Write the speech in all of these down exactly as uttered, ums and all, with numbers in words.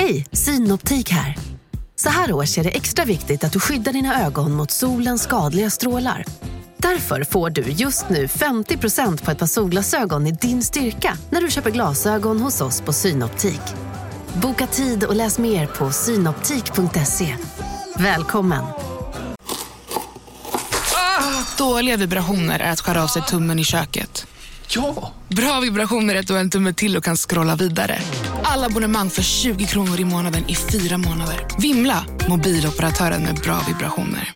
Hej, Synoptik här. Så här års är det extra viktigt att du skyddar dina ögon mot solens skadliga strålar. Därför får du just nu femtio procent på ett par solglasögon i din styrka när du köper glasögon hos oss på Synoptik. Boka tid och läs mer på synoptik punkt se. Välkommen! Ah, dåliga vibrationer är att skära av sig tummen i köket. Ja! Bra vibrationer är att du har en tumme till och kan scrolla vidare. Alla abonnemang för tjugo kronor i månaden i fyra månader. Vimla, mobiloperatören med bra vibrationer.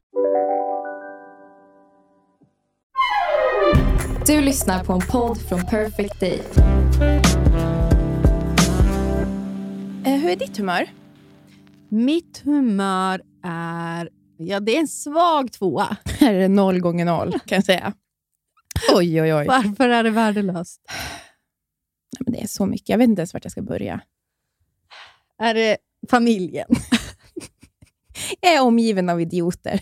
Du lyssnar på en podd från Perfect Day. Eh, hur är ditt humör? Mitt humör är... Ja, det är en svag tvåa. Här är det noll gånger noll, kan jag säga. Oj, oj, oj. Varför är det värdelöst? Nej, men det är så mycket. Jag vet inte ens vart jag ska börja. Är det familjen? Jag är omgiven av idioter.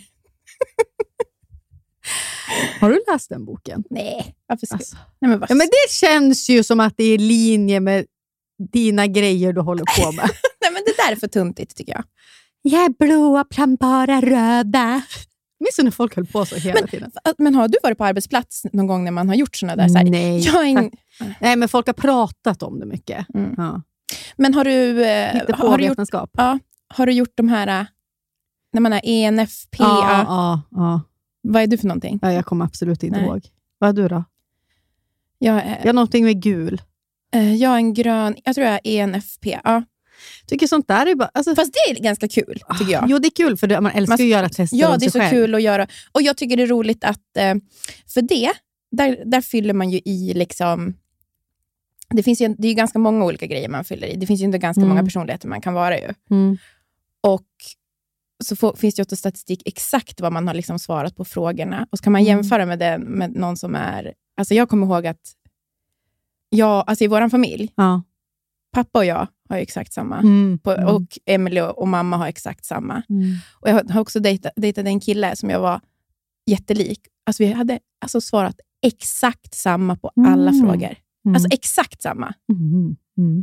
Har du läst den boken? Nej, varför ska... Alltså. Nej, men, varför... Ja, men det känns ju som att det är i linje med dina grejer du håller på med. Nej, men det där är för tuntigt, tycker jag. Jag är blåa, plambara, röda. Minns du när folk höll på så hela men, tiden? Men har du varit på arbetsplats någon gång när man har gjort såna där? Så här, Nej. jag är ing... Nej, men folk har pratat om det mycket. Mm. Ja. Men har du... Eh, Lite har, du gjort, ja, har du gjort de här... När man är E N F P? Ja, ja, ja. Vad är du för någonting? Ja, jag kommer absolut inte Nej. ihåg. Vad är du då? Jag är, jag har någonting med gul. Eh, jag är en grön... Jag tror jag är E N F P. Ja. Tycker sånt där är bara... Alltså, fast det är ganska kul, tycker jag. Jo, det är kul för det, man älskar man, att göra tester. Ja, det är så själv. kul att göra. Och jag tycker det är roligt att... Eh, för det, där, där fyller man ju i liksom... Det finns ju, det är ju ganska många olika grejer man fyller i. Det finns ju inte ganska mm. många personligheter man kan vara ju. Mm. Och så får, finns det ju också statistik exakt vad man har liksom svarat på frågorna. Och så kan man mm. jämföra med det med någon som är... Alltså jag kommer ihåg att... Jag, alltså i våran familj... Ja. Pappa och jag har ju exakt samma. Mm. På, och Emily och, och mamma har exakt samma. Mm. Och jag har också dejtat, dejtat en kille som jag var jättelik. Alltså vi hade alltså svarat exakt samma på alla mm. frågor. Mm. Alltså exakt samma. Mm. Mm.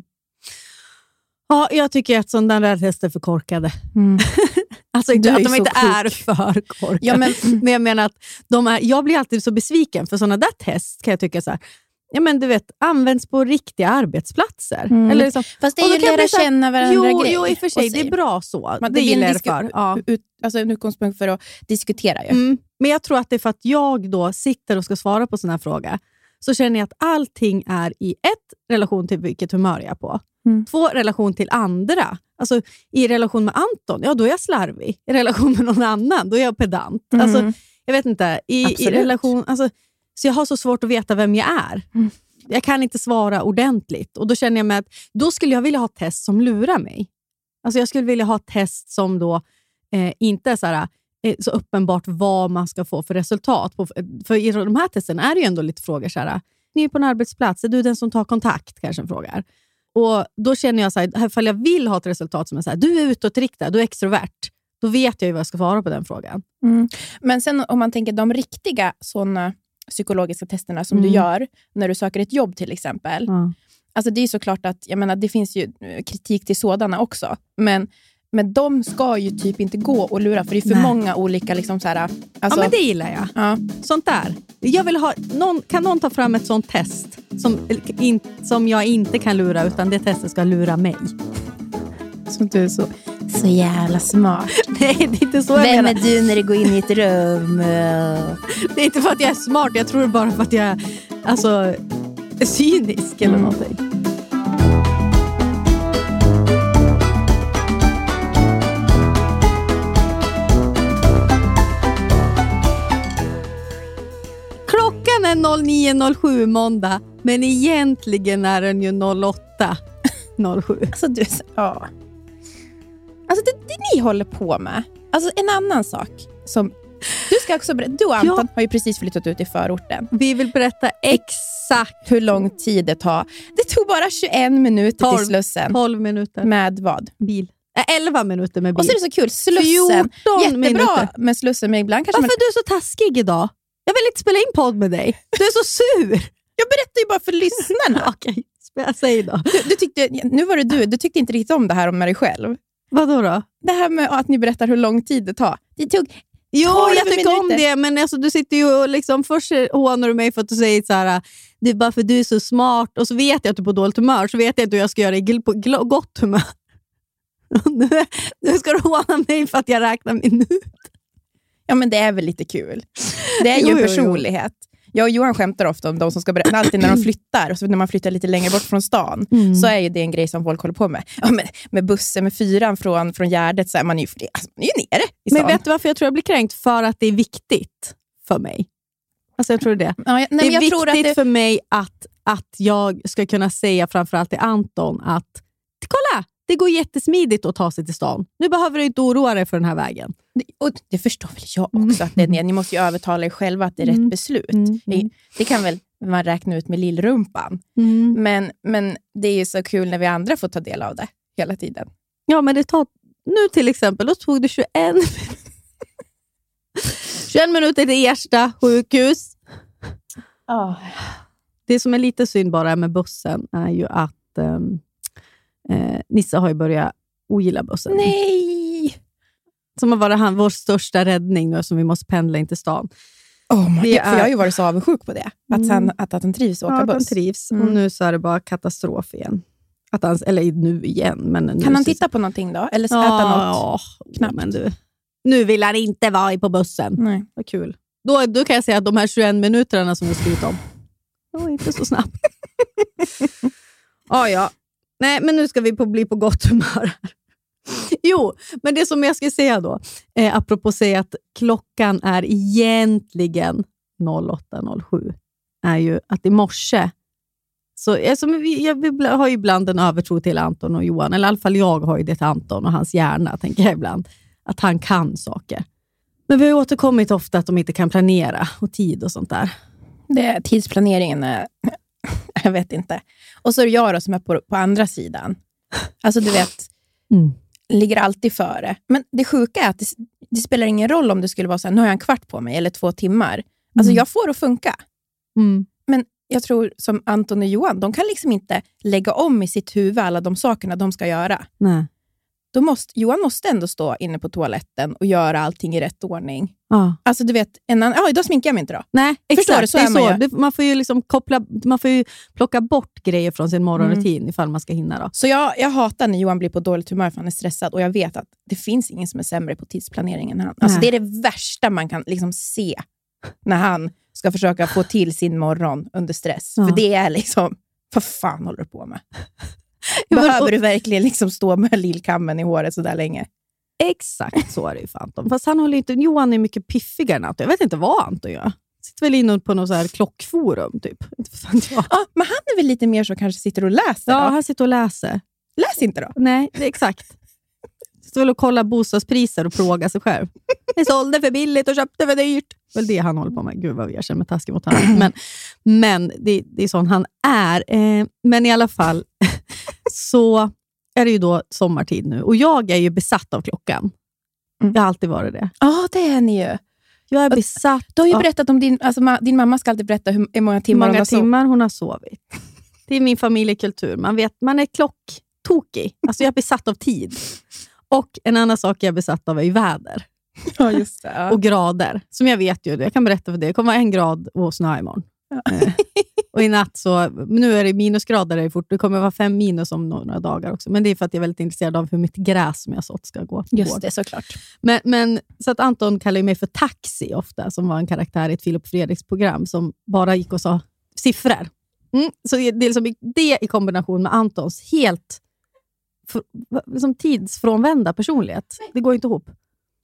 Ja, jag tycker att sådana där tester är för korkade. Mm. Alltså inte, att de inte sjuk. är för korkade. Ja, men, men jag menar att de är, jag blir alltid så besviken för sådana där test kan jag tycka så här. Ja, men du vet, används på riktiga arbetsplatser. Mm. Eller liksom, fast det är ju lära här, känna varandra jo, grej. Jo, i och för sig, det är bra så. Man, det det gillar jag disku- för. Ja. Ut, alltså en utgångspunkt för att diskutera ju. Mm. Men jag tror att det är för att jag då sitter och ska svara på sån här fråga. Så känner jag att allting är i ett, relation till vilket humör jag är på. Mm. Två, relation till andra. Alltså i relation med Anton, ja då är jag slarvig. I relation med någon annan, då är jag pedant. Mm. Alltså, jag vet inte. I, i relation, alltså, så jag har så svårt att veta vem jag är. Mm. Jag kan inte svara ordentligt. Och då känner jag mig att då skulle jag vilja ha test som lurar mig. Alltså jag skulle vilja ha test som då eh, inte är så, här, eh, så uppenbart vad man ska få för resultat. På, för i de här testen är det ju ändå lite frågor så här. Ni är på en arbetsplats, är du den som tar kontakt? Kanske en frågar. Och då känner jag så här, ifall jag vill ha ett resultat som är så här, du är utåtriktad, du är extrovert. Då vet jag ju vad jag ska svara på den frågan. Mm. Men sen om man tänker de riktiga sådana psykologiska testerna som mm. du gör när du söker ett jobb till exempel. Mm. Alltså det är såklart att, jag menar, det finns ju kritik till sådana också. Men, men de ska ju typ inte gå och lura, för det är för Nej. många olika liksom så här. Alltså, ja, men det gillar jag. Ja. Sånt där. Jag vill ha, någon, kan någon ta fram ett sånt test som, in, som jag inte kan lura, utan det testet ska lura mig. Som du är så, så jävla smart. Nej, det är inte så. Vem är du när du går in i ett rum? Det är inte för att jag är smart, jag tror bara för att jag är, alltså, är cynisk eller mm. någonting. Klockan är noll nio noll sju måndag, men egentligen är den ju noll åtta noll sju. Alltså du, ja. Alltså det, det ni håller på med. Alltså en annan sak som du ska också berätta. Du och Anton ja. har ju precis flyttat ut i förorten. Vi vill berätta exakt hur lång tid det tar. Det tog bara tjugoen minuter tolv, till Slussen. tolv minuter. Med vad? Bil. Äh, elva minuter med bil. Och så är det så kul. Slussen. Jättebra minuter. med Slussen. Men ibland kanske Varför man... är du så taskig idag? Jag vill inte spela in podd med dig. Du är så sur. Jag berättar ju bara för lyssnarna. Okej, Jag säger då. Du, du tyckte, nu var det du, du tyckte inte riktigt om det här om dig själv. Vadå då? Det här med att ni berättar hur lång tid det tar. Det tog Jo, jag tycker minuter. om det, men alltså, du sitter ju och liksom, först hånar du mig för att du säger så här, det är bara för du är så smart, och så vet jag att du är på dåligt humör, så vet jag att jag ska göra dig gl- på gl- gott humör. nu, nu ska du håna mig för att jag räknar minut. Ja, men det är väl lite kul. Det är ju Jo, en jo, jo. personlighet. Jag och Johan skämtar ofta om de som ska berätta. Alltid när de flyttar, och så när man flyttar lite längre bort från stan, Mm. så är ju det en grej som folk håller på med. Ja, med, med bussen, med fyran från, från Gärdet, så är man ju, alltså, man är ju nere i stan. Men vet du varför jag tror jag blir kränkt? För att det är viktigt för mig. Alltså jag tror det. Ja, jag, nej, det men är jag viktigt tror att det, för mig att, att jag ska kunna säga framförallt till Anton att kolla, det går jättesmidigt att ta sig till stan. Nu behöver du inte oroa dig för den här vägen. och det förstår väl jag också, att det är det. Ni måste ju övertala er själva att det är Mm. rätt beslut. Mm. Det, det kan väl man räkna ut med lillrumpan. Mm. Men, men det är ju så kul när vi andra får ta del av det hela tiden. Ja, men det tar nu till exempel, då tog det tjugoen tjugoen minuter till Ersta sjukhus. Oh. Det som är lite synd bara med bussen är ju att um, eh, Nissa har ju börjat ogilla bussen. Nej! Som har varit han, vår största räddning nu, som vi måste pendla in till stan. Oh my Det God, är- för jag har ju varit så avundsjuk på det. Att, Mm. han, att, att han trivs att åka Ja, att han buss. trivs. Mm. Och nu så är det bara katastrof igen. Att han, eller nu igen. Men nu Kan han så- titta på någonting då? Eller Ja, äta något? ja, knappt. men du. Nu vill han inte vara på bussen. Nej. Vad kul. Då, då kan jag säga att de här tjugoen minuterna som vi skrivit om, det var inte så snabbt. ja, ja. Nej, men nu ska vi på, bli på gott humör. Jo, men det som jag ska säga då, eh, apropå säga att klockan är egentligen åtta noll sju, är ju att i morse, så alltså, vi, jag, vi har ju ibland en övertro till Anton och Johan, eller i alla fall jag har ju det till Anton och hans hjärna, tänker jag ibland, att han kan saker. Men vi har återkommit ofta att de inte kan planera och tid och sånt där. Det, tidsplaneringen är... jag vet inte. Och så är det jag då som är på, på andra sidan. Alltså du vet, Mm. ligger alltid före. Men det sjuka är att det, det spelar ingen roll om det skulle vara så här, nu har jag en kvart på mig eller två timmar. Alltså Mm. jag får det att funka. Mm. Men jag tror som Anton och Johan, de kan liksom inte lägga om i sitt huvud alla de sakerna de ska göra. Nej. Då måste, Johan måste ändå stå inne på toaletten och göra allting i rätt ordning. Ja. Alltså du vet, en annan, ja, idag sminkar jag mig inte då. Nej, Förstår exakt. du? Så det är är man så. ju. Det, man får ju liksom koppla, man får ju plocka bort grejer från sin morgonrutin ifall man ska hinna då. Så jag, jag hatar när Johan blir på dåligt humör för han är stressad. Och jag vet att det finns ingen som är sämre på tidsplanering än han. Alltså, Nej. det är det värsta man kan liksom se när han ska försöka få till sin morgon under stress. Ja. För det är liksom, vad fan håller du på med? Ja, men- Behöver du verkligen liksom stå med lillkammen i håret så där länge? Exakt så är det ju för Anton. Fast han håller inte, Johan är mycket piffigare än Anton. Jag vet inte vad Anton gör. Sitter väl inne på något så här klockforum typ. Inte fan jag. Ja, men han är väl lite mer så kanske sitter och läser Ja, då? han sitter och läser. Läs inte då. Nej, det är exakt. Sitter väl och kollar bostadspriser och frågar sig själv. Jag sålde för billigt och köpte för dyrt. Det är väl det han håller på med. Gud vad jag känner mig taskig mot honom. Men, men det, det är sån han är. Eh, men i alla fall så är det ju då sommartid nu. Och jag är ju besatt av klockan. Mm. Jag har alltid varit det. Ja, det är ni ju. Jag är besatt Du har ju av berättat om din, alltså ma, din mamma ska alltid berätta hur, hur många timmar hon många har sovit. timmar hon har sovit. Det är min familjekultur. Man vet, man är klocktokig. Alltså jag är besatt av tid. Och en annan sak jag är besatt av är ju väder. Ja, just det. Ja. Och grader. Som jag vet ju, jag kan berätta för dig. Det kommer vara en grad och snö imorgon. Eh, och i natt så, nu är det minusgrader där fort. Det kommer vara fem minus om några dagar också. Men det är för att jag är väldigt intresserad av hur mitt gräs som jag sått ska gå. Just gå. det, såklart. Men, men så att Anton kallar ju mig för Taxi ofta, som var en karaktär i ett Filip Fredriks program som bara gick och sa siffror. Mm, så det är liksom det i kombination med Antons helt för, liksom tidsfrånvända personlighet. Det går inte ihop.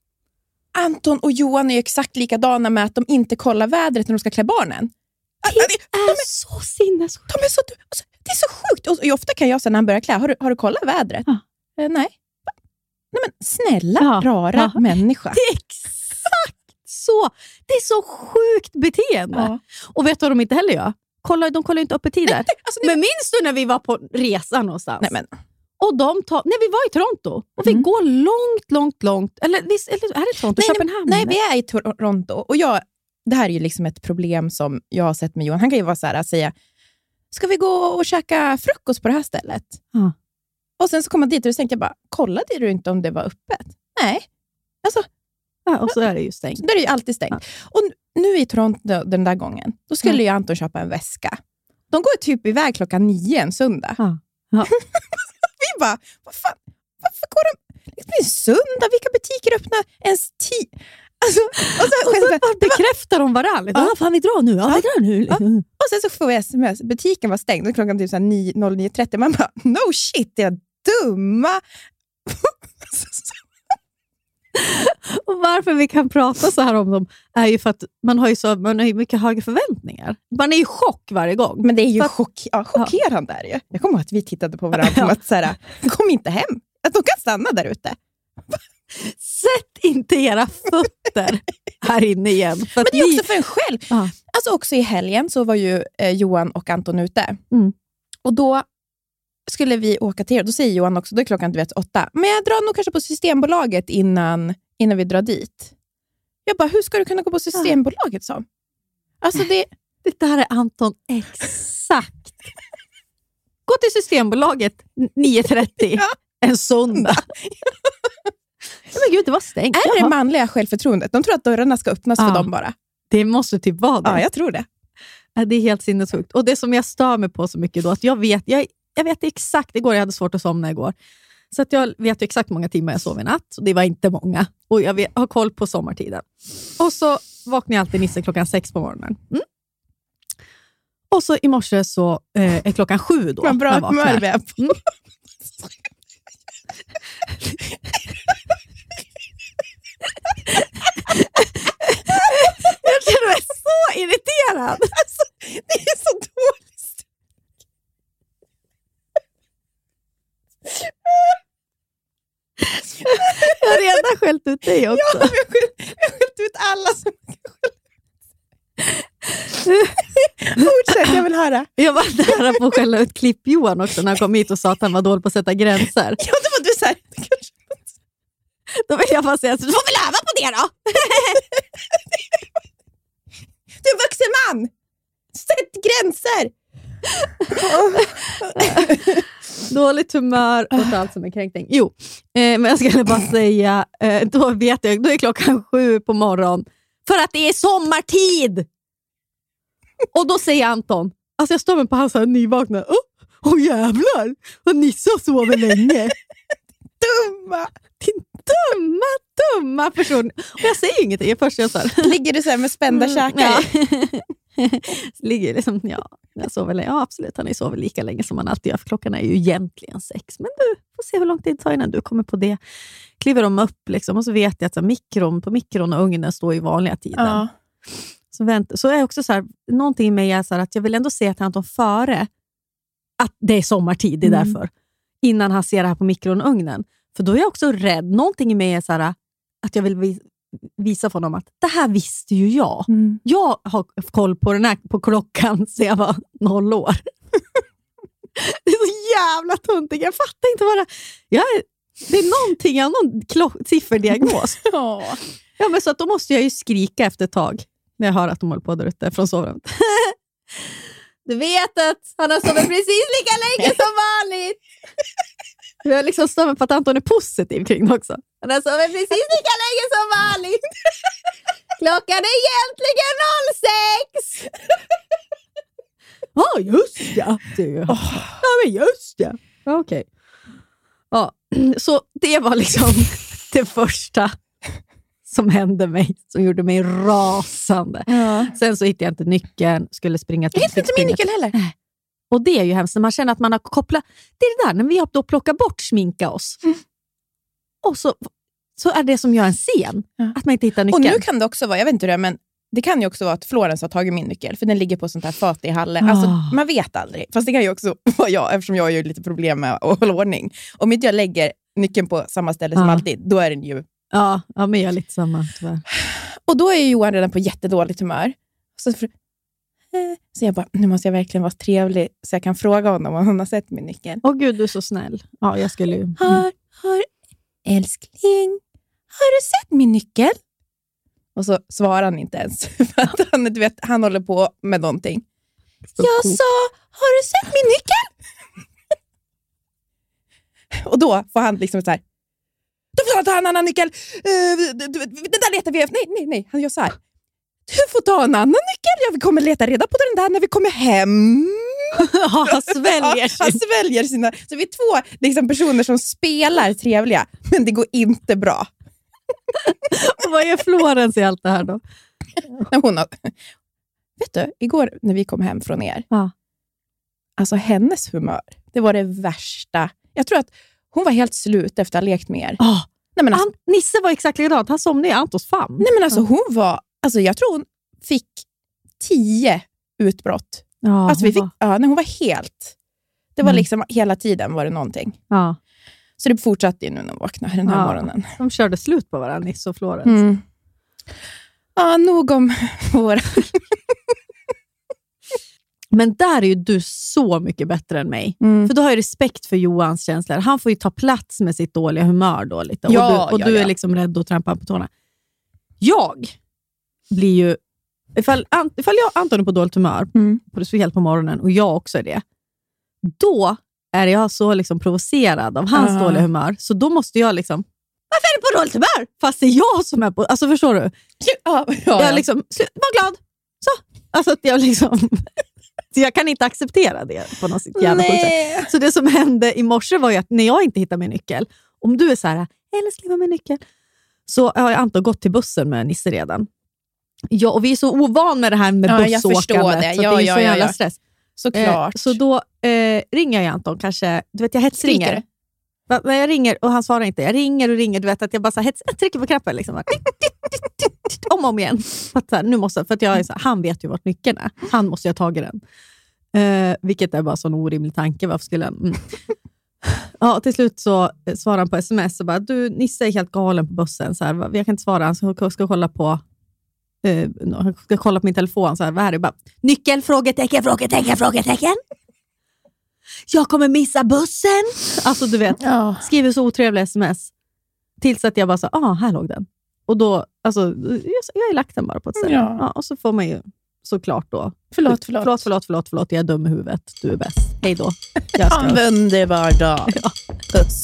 Anton och Johan är ju exakt likadana med att de inte kollar vädret när de ska klä barnen. Det är så sinnessjukt. De är så, alltså, det är så sjukt. Och, och ofta kan jag säga när han börjar klä, har du, har du kollat vädret? Ja. Eh, nej. Nej men snälla, Ja, rara ja. människa. Det är exakt så. Det är så sjukt beteende. Ja. Och vet du vad de inte heller gör? Kollar, de kollar inte öppettider. Alltså, nej, Men minns du när vi var på resa någonstans? nej, men, Och de tar, nej, vi var i Toronto. Och vi Mm. går långt, långt, långt. Eller, visst, eller är det Toronto? nej, nej, Köpenhamn? nej, vi är i Toronto. Och jag, det här är ju liksom ett problem som jag har sett med Johan. Han kan ju vara så här att säga, ska vi gå och käka frukost på det här stället? Ja. Och sen så kom jag dit och tänkte jag bara, kollade du inte om det var öppet? Nej. Alltså, ja, och så är det ju stängt. Då är det ju alltid stängt. Ja. Och nu i Toronto den där gången, då skulle ja. ju Anton köpa en väska. De går typ iväg klockan nio en söndag. Ja. Ja. Vi bara, vad fan, varför går de? Det är söndag, vilka butiker öppnar ens tid? Alltså, och så, och så, så bekräftar de varandra. Ja, fan vi drar nu. Ja, vi drar nu. Ja. Och sen så får vi sms. Butiken var stängd och klockan typ nio trettio. Man bara, no shit, det är dumma. Och varför vi kan prata så här om dem är ju för att man har ju så man har ju mycket högre förväntningar. Man är ju chock varje gång. Men det är ju att, chock, ja, chockerande ja. Är det ju. Jag kommer ihåg att vi tittade på varandra ja. att så här, kom inte hem. Att de kan stanna där ute. Sätt inte era fötter här inne igen. För men det är ni... också för en själv. Ja. Alltså också i helgen så var ju eh, Johan och Anton ute. Mm. Och då skulle vi åka till er. Då säger Johan också, då är klockan du vet åtta. Men jag drar nog kanske på Systembolaget innan, innan vi drar dit. Jag bara, hur ska du kunna gå på Systembolaget så? Alltså det... Det där är Anton exakt. Gå till Systembolaget nio trettio ja. En söndag. Men gud, det var stängt. Är det det manliga självförtroendet? De tror att dörrarna ska öppnas ja. för dem bara. Det måste typ vara det. Ja, jag tror det. Ja, det är helt sinnessjukt. Och det som jag stör mig på så mycket då, att jag vet, jag, jag vet exakt, igår jag hade svårt att somna igår. Så att jag vet exakt många timmar jag sov i natt. Och det var inte många. Och jag vet, har koll på sommartiden. Och så vaknar jag alltid Nisse klockan sex på morgonen. Mm. Och så i morse så eh, är klockan sju då. Vad bra humör vi är på. Mm. Jag känner mig så irriterad. Alltså, det är så dåligt. Jag har redan skällt ut dig också. Ja, vi har skällt, vi har skällt ut alla som kan skälla. Fortsätt, jag vill höra. Jag var nära på att skälla ut Klipp Johan också när han kom hit och sa att han var dålig på att sätta gränser. Ja, det var du så här. Då vill jag bara säga att du får väl öva på det då. Du är en vuxen man. Sätt gränser. Dåligt humör och allt som är kränkning. Jo, eh, men jag skulle bara säga eh, då vet jag, då är klockan sju på morgon för att det är sommartid. Och då säger Anton, alltså jag står med på hans här nyvakna. Åh oh, oh, jävlar, och Nisse sover länge. Dumma. Din dumma, dumma person. Och jag säger inget. Jag först jag så här. Ligger du så här med spända mm, käkar? Ja. Ligger liksom, ja, jag sover länge. Ja, absolut. Han är sover lika länge som man alltid gör. För klockan är ju egentligen sex. Men du får se hur lång tid det tar innan du kommer på det. Kliver de upp liksom. Och så vet jag att så här, mikron, på mikron och ugnen står i vanliga tiden. Ja. Så, vänt, så är jag också så här, någonting i mig är så här att jag vill ändå se till Anton före att det är sommartid. Det är mm. därför. Innan han ser det här på mikron och ugnen. För då är jag också rädd. Någonting i mig är så här, att jag vill visa för honom att det här visste ju jag. Mm. Jag har koll på den här på klockan så jag var noll år. Det är så jävla tuntigt. Jag fattar inte vad det jag är. Det är någonting, jag har någon klock- sifferdiagnos. Ja. Ja, men så att då måste jag ju skrika efter ett tag när jag hör att de håller på där ute från sovrummet. Du vet att han har sovit precis lika länge som vanligt. Jag liksom står på att Anton är positiv kring det också. Han har sovit precis lika länge som vanligt. Klockan är egentligen noll sex. Ja, oh, just ja. Oh. Ja, men just ja. Okej. Okay. Ja, så det var liksom det första som hände mig, som gjorde mig rasande. Ja. Sen så hittade jag inte nyckeln, skulle springa till... Jag hittade inte min nyckel heller. Och det är ju hemskt när man känner att man har kopplat... Det är det där, när vi har då plockat bort sminka oss. Mm. Och så, så är det som gör en scen. Ja. Att man inte hittar nyckeln. Och nu kan det också vara, jag vet inte hur det är, men det kan ju också vara att Florens har tagit min nyckel. För den ligger på sånt här fat i hallen. Oh. Alltså, man vet aldrig. Fast det kan ju också vara jag, eftersom jag har ju lite problem med att hålla ordning. Om inte jag lägger nyckeln på samma ställe som oh. alltid, då är den ju... Ja, ja, men jag är lite samma tyvärr. Och då är ju Johan redan på jättedåligt humör. Så, för, så jag bara, nu måste jag verkligen vara trevlig så jag kan fråga honom om han har sett min nyckel. Åh gud, du är så snäll. Ja, jag skulle ju... Mm. Har, har, älskling, har du sett min nyckel? Och så svarar han inte ens. För att han, du vet, han håller på med någonting. Jag sa, har du sett min nyckel? Och då får han liksom så här, då får han ta en annan nyckel. Uh, det där letar vi efter. Nej, nej, nej. Han gör så här. Du får ta en annan nyckel. Jag kommer leta reda på den där när vi kommer hem. Ja, han sväljer ja, han sväljer sina. Så vi är två liksom, personer som spelar trevliga, men det går inte bra. Och vad är Florens i allt det här då? Hon har, vet du, igår när vi kom hem från er, ja. alltså hennes humör, det var det värsta. Jag tror att hon var helt slut efter att ha lekt med er. Oh. Nej, men alltså, An- Nisse var exakt likadant. Han somnade i Antons famn. Nej, men alltså hon var, alltså jag tror hon fick tio utbrott. Ja, alltså vi fick, var... ja, nej, hon var helt, det var mm. liksom hela tiden var det någonting. Ja. Så det fortsatte ju nu när hon vaknade den här ja. morgonen. De körde slut på varandra, Nisse och Florens. Mm. Ja, nog om våra. Men där är ju du så mycket bättre än mig. Mm. För då har jag respekt för Johans känslor. Han får ju ta plats med sitt dåliga humör då lite. Ja, och du, och ja, du ja. är liksom rädd att trampa på tårna. Jag blir ju... Ifall, ifall jag och Anton är på dåligt humör, mm. speciellt på morgonen, och jag också är det, då är jag så liksom provocerad av hans uh-huh. dåliga humör. Så då måste jag liksom... Varför är du på dåligt humör? Fast det är jag som är på... Alltså förstår du? Ja, ja, ja. Jag liksom... Var glad! Så! Alltså att jag liksom... Så jag kan inte acceptera det på något jävla sätt. Så det som hände i morse var ju att när jag inte hittar min nyckel, om du är så här, älskling, vad är min nyckel? Så har jag Anton gått till bussen med Nisse redan. Ja, och vi är så ovan med det här med ja, bussåkandet. Jag förstår det. Så ja, det är ja, så ja, jävla ja. stress. Såklart. Eh, så då eh, ringer jag Anton kanske, du vet jag hetsringer. Va, jag ringer och han svarar inte. Jag ringer och ringer, du vet att jag bara så hets, jag trycker på knappen liksom. Om och om igen. För att, så här, nu måste, för att jag är så här, han vet ju vart nyckeln är. Han måste jag ta den. Eh, vilket är bara sån orimlig tanke. Varför skulle jag... Mm. Ja, till slut så svarar han på sms och bara, du, Nisse är helt galen på bussen. Så här, jag kan inte svara, han ska, ska kolla på eh, han ska kolla på min telefon. Så här, vad är det? Bara, nyckel, frågetecken, frågetecken, frågetecken. Jag kommer missa bussen. Alltså du vet, ja. Skriver så otrevliga sms. Tills att jag bara så, ah, här låg den. Och då, alltså, jag, jag har lagt den bara på ett sätt. Ja. Ja, och så får man ju såklart då. Förlåt, förlåt. Förlåt, förlåt, förlåt, förlåt. Jag är dum i huvudet. Du är bäst. Hej då. Jag ska... Ha en underbar dag. Ja. Puss.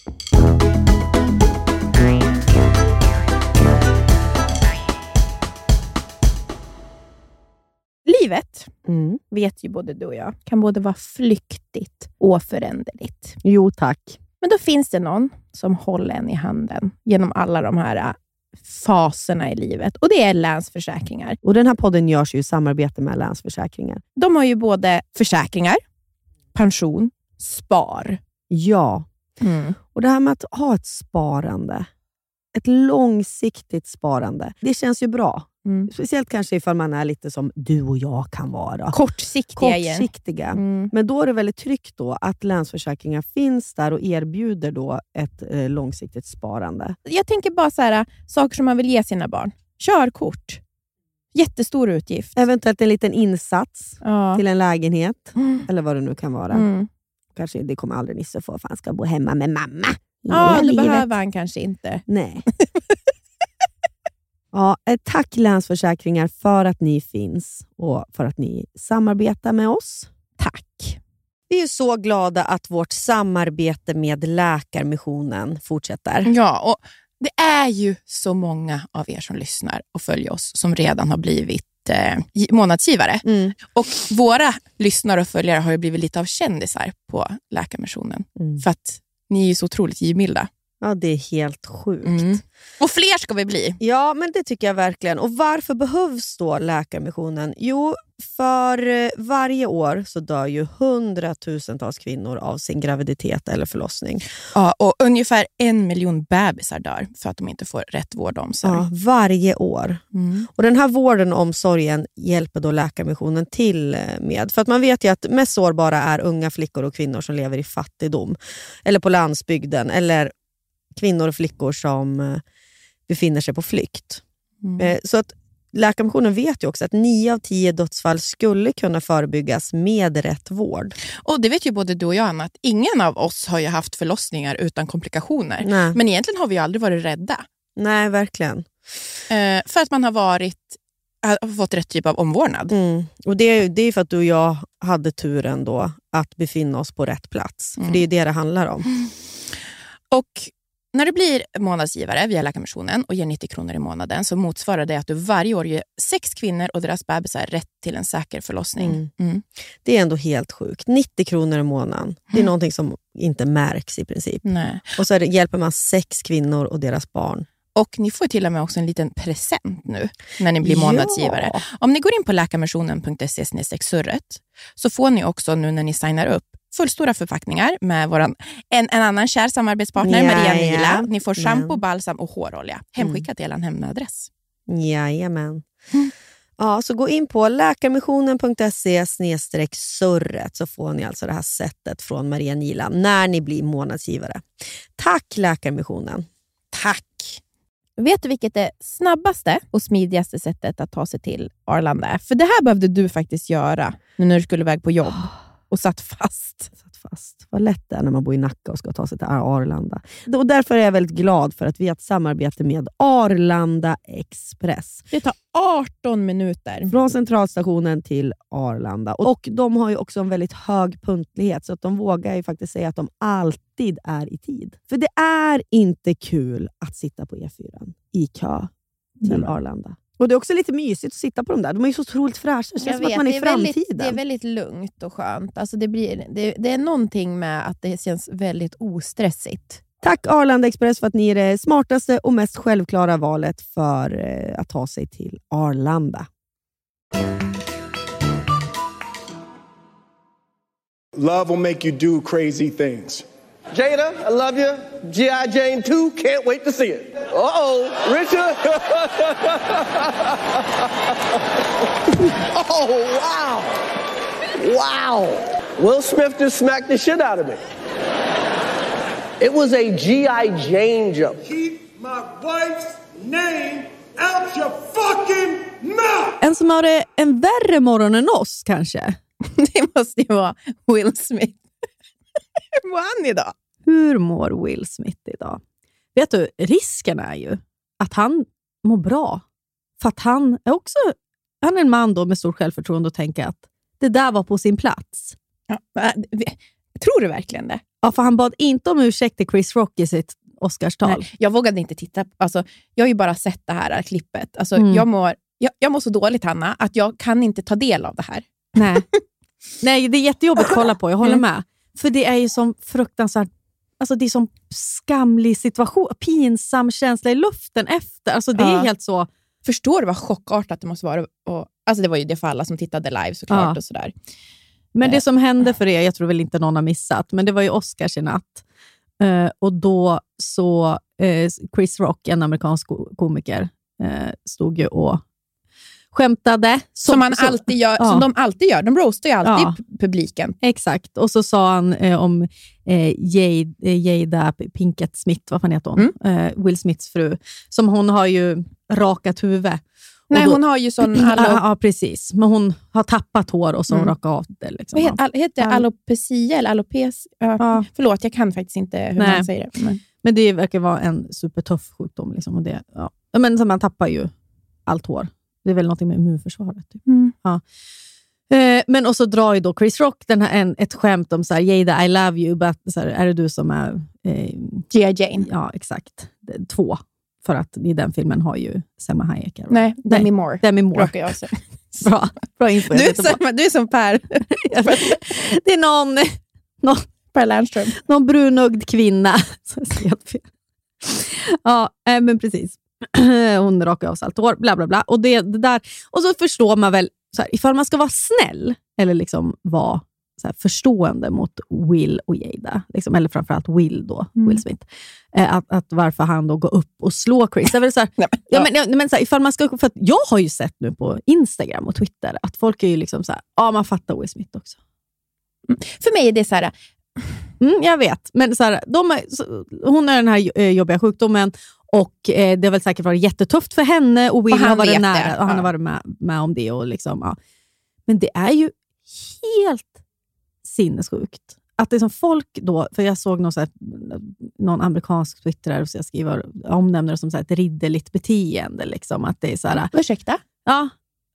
Livet, Mm. vet ju både du och jag, kan både vara flyktigt och föränderligt. Jo, tack. Men då finns det någon som håller en i handen genom alla de här faserna i livet. Och det är Länsförsäkringar. Och den här podden görs ju i samarbete med Länsförsäkringar. De har ju både försäkringar, pension, spar. Ja. Mm. Och det här med att ha ett sparande, ett långsiktigt sparande, det känns ju bra. Mm. Speciellt kanske ifall man är lite som du och jag kan vara. Kortsiktiga. igen. Kortsiktiga. Mm. Men då är det väldigt tryggt då att Länsförsäkringar finns där och erbjuder då ett eh, långsiktigt sparande. Jag tänker bara så här, saker som man vill ge sina barn. Körkort. Jättestor utgift. Eventuellt en liten insats Ja. till en lägenhet. Mm. Eller vad det nu kan vara. Mm. Kanske det kommer aldrig Nisse få för han ska bo hemma med mamma. Ja, det livet. behöver han kanske inte. Nej. Ja, tack Länsförsäkringar för att ni finns och för att ni samarbetar med oss. Tack. Vi är så glada att vårt samarbete med Läkarmissionen fortsätter. Ja, och det är ju så många av er som lyssnar och följer oss som redan har blivit eh, månadsgivare. Mm. Och våra lyssnare och följare har ju blivit lite av kändisar på Läkarmissionen. Mm. För att ni är ju så otroligt givmilda. Ja, det är helt sjukt. Mm. Och fler ska vi bli. Ja, men det tycker jag verkligen. Och varför behövs då Läkarmissionen? Jo, för varje år så dör ju hundratusentals kvinnor av sin graviditet eller förlossning. Ja, och ungefär en miljon bebisar dör för att de inte får rätt vård och omsorg. Ja, varje år. Mm. Och den här vården och omsorgen hjälper då Läkarmissionen till med. För att man vet ju att mest sårbara är unga flickor och kvinnor som lever i fattigdom. Eller på landsbygden. Eller kvinnor och flickor som befinner sig på flykt. Mm. Så att Läkarmissionen vet ju också att nio av tio dödsfall skulle kunna förebyggas med rätt vård. Och det vet ju både du och jag, Anna, att ingen av oss har ju haft förlossningar utan komplikationer. Nej. Men egentligen har vi ju aldrig varit rädda. Nej, verkligen. Eh, för att man har varit har fått rätt typ av omvårdnad. Mm. Och det är, det är för att du och jag hade turen då att befinna oss på rätt plats. Mm. För det är det det handlar om. Mm. Och när du blir månadsgivare via Läkarmissionen och ger nittio kronor i månaden så motsvarar det att du varje år ger sex kvinnor och deras bebisar rätt till en säker förlossning. Mm. Mm. Det är ändå helt sjukt. nittio kronor i månaden. Det är mm. någonting som inte märks i princip. Nej. Och så är det, hjälper man sex kvinnor och deras barn. Och ni får till och med också en liten present nu när ni blir månadsgivare. Ja. Om ni går in på läkarmissionen punkt se slash surret så får ni också nu när ni signar upp fullstora förpackningar med våran, en, en annan kär samarbetspartner, ja, Maria Nila. Ja. Ni får shampoo, balsam och hårolja. Hemskickat till mm. er hemadress. Jajamän. Mm. Ja, så gå in på läkarmissionen punkt se slash surret så får ni alltså det här sättet från Maria Nila när ni blir månadsgivare. Tack Läkarmissionen. Tack. Vet du vilket det snabbaste och smidigaste sättet att ta sig till Arlanda är? För det här behövde du faktiskt göra nu när du skulle iväg på jobb och satt fast. Satt fast. Vad lätt det är när man bor i Nacka och ska ta sig till Arlanda. Och därför är jag väldigt glad för att vi har ett samarbete med Arlanda Express. Det tar arton minuter. Från centralstationen till Arlanda. Och de har ju också en väldigt hög punktlighet så att de vågar ju faktiskt säga att de alltid är i tid. För det är inte kul att sitta på E fyra i kö till mm. Arlanda. Och det är också lite mysigt att sitta på dem där. De är ju så otroligt fräscha. Det känns som att man är i framtiden. Väldigt, det är väldigt lugnt och skönt. Alltså det, blir, det, det är någonting med att det känns väldigt ostressigt. Tack Arlanda Express för att ni är det smartaste och mest självklara valet för att ta sig till Arlanda. Love will make you do crazy things. Jada, I love you. G I. Jane two, can't wait to see it. Uh-oh, Richard. Oh, wow. Wow. Will Smith just smacked the shit out of me. It was a G I. Jane joke. Keep my wife's name out your fucking mouth. En som har en värre morgon än oss kanske. Det måste ju vara Will Smith. Hur mår han idag? Hur mår Will Smith idag? Vet du, risken är ju att han mår bra. För att han är också han är en man då med stort självförtroende och tänker att det där var på sin plats. Ja, tror du verkligen det? Ja, för han bad inte om ursäkt till Chris Rock i sitt Oscarstal. Nej, jag vågade inte titta. Alltså, jag har ju bara sett det här klippet. Alltså, mm. jag, mår, jag, jag mår så dåligt, Hanna, att jag kan inte ta del av det här. Nej, Nej det är jättejobbigt att kolla på. Jag håller mm. med. För det är ju som fruktansvärt, alltså det är som skamlig situation, pinsam känsla i luften efter. Alltså det är ja. helt så. Förstår du vad chockartat det måste vara? Och, alltså det var ju det för alla som tittade live såklart ja. och sådär. Men det som hände för er, jag tror väl inte någon har missat, men det var ju Oscars i natt. Uh, och då så uh, Chris Rock, en amerikansk komiker, uh, stod ju och skämtade. Som, som, man alltid gör, ja. som de alltid gör. De roastar ju alltid ja. publiken. Exakt. Och så sa han eh, om eh, Jada, Jada Pinkett Smith, vad fan heter hon? Mm. Eh, Will Smiths fru. Som hon har ju rakat huvud. Nej, då, hon har ju sån... Allo... Ja, ja, precis. Men hon har tappat hår och så mm. rakat av det. Liksom. Vad heter, heter det? Alopecia eller alopes? Ja. Ja. Förlåt, jag kan faktiskt inte hur Nej. man säger det. Men, men det verkar vara en supertuff sjukdom. Liksom, och det, ja. Men så man tappar ju allt hår. Det är väl något med immunförsvaret. Typ. Mm. Ja. Eh, men och så drar ju då Chris Rock den här, en, ett skämt om så här, Jada, I love you, but så här, är det du som är... Eh, G I. Jane. Ja, exakt. Två. För att i den filmen har ju Selma Hayek. Eller? Nej, Demi Moore. Demi Moore. Råkar jag säga. Bra. Bra info. Du är, som, du är som Per. Det är någon... någon Per Lernström. Någon brunögd kvinna. Ja, äh, men precis. Hon rakar av sig allt hår, bla bla bla. Och, det, det där, och så förstår man väl så här, ifall man ska vara snäll eller liksom vara så här, förstående mot Will och Jada, liksom, eller framförallt Will då, mm. Will Smith, eh, att, att varför han då går upp och slår Chris. Det är väl så här, Nej, men, ja. Ja, men, men så här, ifall man ska, för att jag har ju sett nu på Instagram och Twitter att folk är ju liksom så här, ja man fattar Will Smith också. Mm. För mig är det så här. Mm, jag vet, men så här, de är, så, hon har den här eh, jobbiga sjukdomen. Och eh, det har väl säkert varit jättetufft för henne. Och Will och har varit nära. Och han ja. har varit med, med om det. Och liksom, ja. Men det är ju helt sinnessjukt. Att det är som folk då... För jag såg någon, så här, någon amerikansk twittrare så jag skriver omnämner det som så här, ett ridderligt beteende. Liksom, att det är så här, ursäkta? Ja,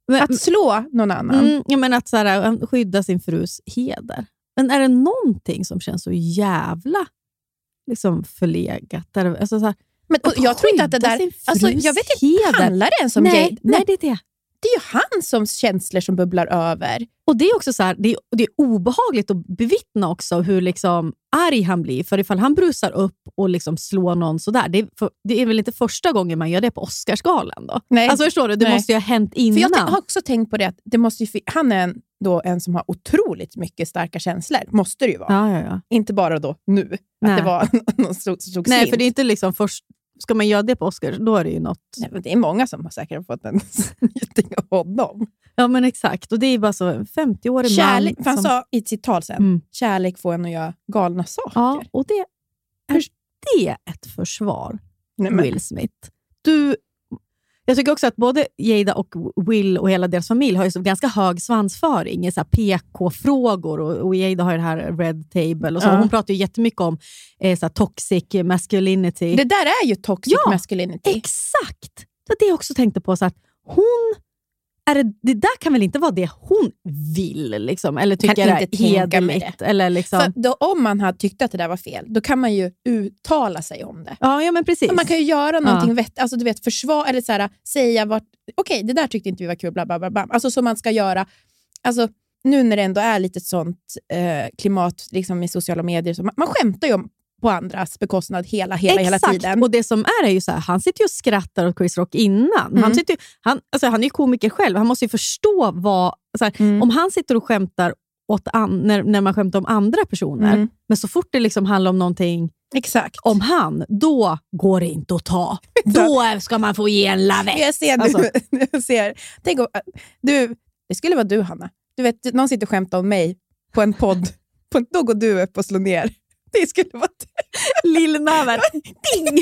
Men, att slå någon annan. Mm, jag menar att så här, skydda sin frus heder. Men är det någonting som känns så jävla liksom förlegat? Alltså så här, men, och jag tror inte att det där... Alltså, jag vet inte, handlar det ens om nej, Jade? Nej, det är det. Det är ju hans som känslor som bubblar över. Och det är också så här, det är, det är obehagligt att bevittna också hur liksom arg han blir. För ifall han brusar upp och liksom slår någon sådär. Det är, för, det är väl inte första gången man gör det på Oscarsgalan då? Nej. Alltså förstår du, det Nej. måste ju ha hänt innan. För jag har också tänkt på det, att det måste ju, han är en, då en som har otroligt mycket starka känslor. Måste det ju vara. Ja, ja, ja. Inte bara då nu. Att Nej. det var någon som slog Nej, slint. för det är inte liksom först... Ska man göra det på Oscar, då är det ju något... Nej, men det är många som har säkert fått en njutning av honom. Ja, men exakt. Och det är bara så en femtio-årig Kärlek, man. för han som... sa i sitt tal sen, Mm. kärlek får en att göra galna saker. Ja, och det är det ett försvar, Nej, men, Will Smith. Du... Jag tycker också att både Jada och Will och hela deras familj har ju så ganska hög svansföring i så här P K-frågor och, och Jada har ju det här Red Table och så. Ja. Hon pratar ju jättemycket om eh, så här toxic masculinity. det där är ju toxic Ja, masculinity. Exakt! Det var det jag också tänkte på. Så att hon, är det, det där kan väl inte vara det hon vill liksom, eller tycker Kan är inte tänka mig hederligt. Eller liksom. För då, om man hade tyckt att det där var fel, då kan man ju uttala sig om det. Ja, ja, men precis. Men man kan ju göra någonting Ja. vettigt, alltså du vet, försvara eller så här, säga vart, okej, det där tyckte inte vi var kul, bla bla bla, bla. Alltså som man ska göra, alltså nu när det ändå är lite sånt eh, klimat liksom i sociala medier, så man, man skämtar ju om på andras bekostnad hela, hela, hela Exakt. tiden. Och det som är är ju så här, han sitter ju och skrattar åt Chris Rock innan. Mm. Han, sitter ju, han, alltså, han är ju komiker själv. Han måste ju förstå vad... Så här, Mm. om han sitter och skämtar åt an, när, när man skämtar om andra personer, Mm. men så fort det liksom handlar om någonting Exakt. om han, då går det inte att ta. Då ska man få ge en lavett. Jag ser, Alltså. du, jag ser. Tänk om, du, det skulle vara du, Hanna. Du vet, någon sitter och skämtar om mig på en podd. På, då går du upp och slår ner. Det skulle vara Lillnäver. Ding!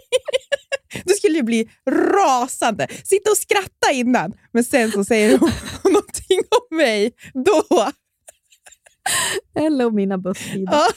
Du skulle ju bli rasande. Sitta och skratta innan. Men sen så säger hon någonting om mig. Då. Eller om mina buzzfeed. Ah,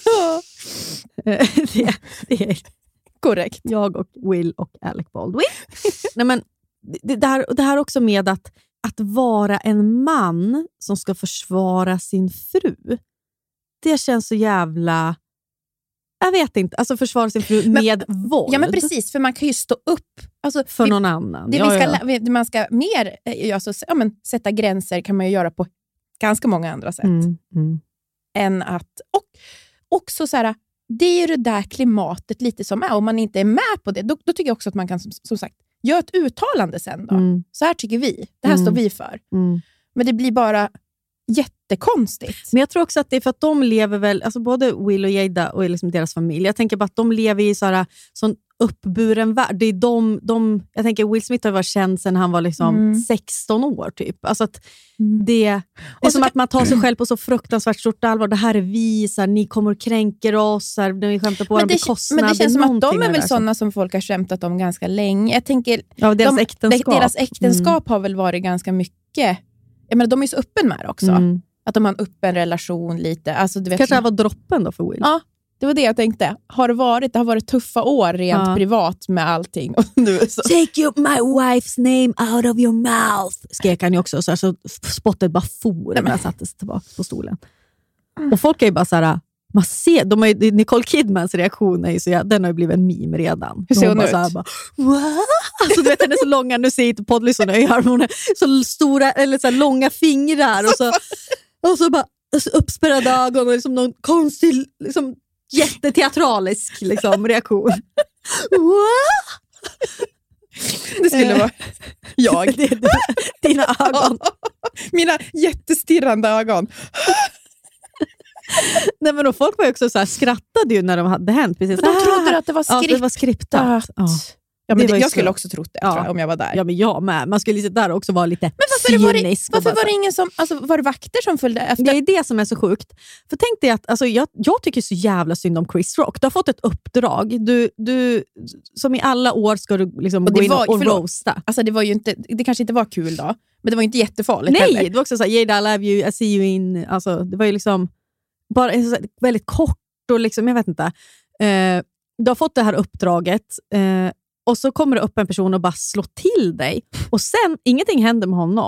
det, det är korrekt. jag och Will och Alec Baldwin. Nej, men det, det, här, det här också med att, att vara en man som ska försvara sin fru. Det känns så jävla... Jag vet inte. Alltså försvara sin fru Men- med våld. Ja, men precis. För man kan ju stå upp. Alltså, För vi- någon annan. Det ja, vi ska, ja. lä- man ska mer eh, alltså, ja, men, sätta gränser kan man ju göra på ganska många andra sätt. Mm, mm. Än att, och också så här, det är ju det där klimatet lite som är. Om man inte är med på det, då, då tycker jag också att man kan som, som sagt göra ett uttalande sen då. Mm. Så här tycker vi. Det här Mm. står vi för. Mm. Men det blir bara jättekonstigt. Men jag tror också att det är för att de lever väl, alltså både Will och Jada och liksom deras familj. Jag tänker bara att de lever i så här, sån uppburen värld. Det är de, de, jag tänker Will Smith har varit känd sedan han var liksom Mm. sexton år typ. Alltså att Mm. det, det är Och så som kan- att man tar sig själv på så fruktansvärt stort allvar. Det här är vi, så här, ni kommer och kränker oss, så här, ni skämtar på vår Men det, bekostnad. men det känns som att någonting de är med det väl där sådana som folk har skämtat om ganska länge. Jag tänker, Ja, deras de, äktenskap. deras äktenskap har väl varit ganska mycket... Jag menar, de är ju så öppen med det också. Mm. Att de har en öppen relation lite. Alltså, du vet, Kanske det här var droppen då för Will. Ja, det var det jag tänkte. Har det varit, det har varit tuffa år rent Ja. privat med allting. Och nu så. Take your, my wife's name out of your mouth. Skrek han ju också. Så alltså, spottet bara for när han satte sig tillbaka på stolen. Och folk är ju bara så här... Man ser, de har ju, Nicole Kidmans reaktion är ju så, ja, den har ju blivit en meme redan. Hur ser hon bara ut? Så här, bara, "What?" Alltså, du vet, den är så långa, nu ser inte poddlyssnarna i armen, hon är så stora, eller så här, långa fingrar och så, och så bara så uppspärrade ögon och liksom någon konstig, liksom, jätteteatralisk liksom, reaktion. What? Det skulle vara jag. Det är du, dina ögon. Mina jättestirrande ögon. Nej, men då folk var ju också så här, skrattade ju när de hade hänt. Precis. De trodde att det var Ja, skript. det var skriptat. Ja. Ja, men Det det, var ju jag skulle så. också trott det Ja. tror jag, om jag var där. Ja, men jag med. Man skulle sitta där och också vara lite Men varför var det, cynisk. och varför bara var så- det ingen som, alltså, var det vakter som följde efter? Det är det som är så sjukt. För tänk dig att alltså, jag, jag tycker så jävla synd om Chris Rock. Du har fått ett uppdrag. Du, du, som i alla år ska du liksom Och det gå in var- och, och förlåt. roasta. Alltså, det, var ju inte, det kanske inte var kul då, men det var ju inte jättefarligt Nej, heller. det var också så här, Jada, I love you, I see you in. Alltså, det var ju liksom bara så här, väldigt kort och liksom, jag vet inte. Eh, du har fått det här uppdraget eh, och så kommer det upp en person och bara slår till dig. Och sen, ingenting händer med honom.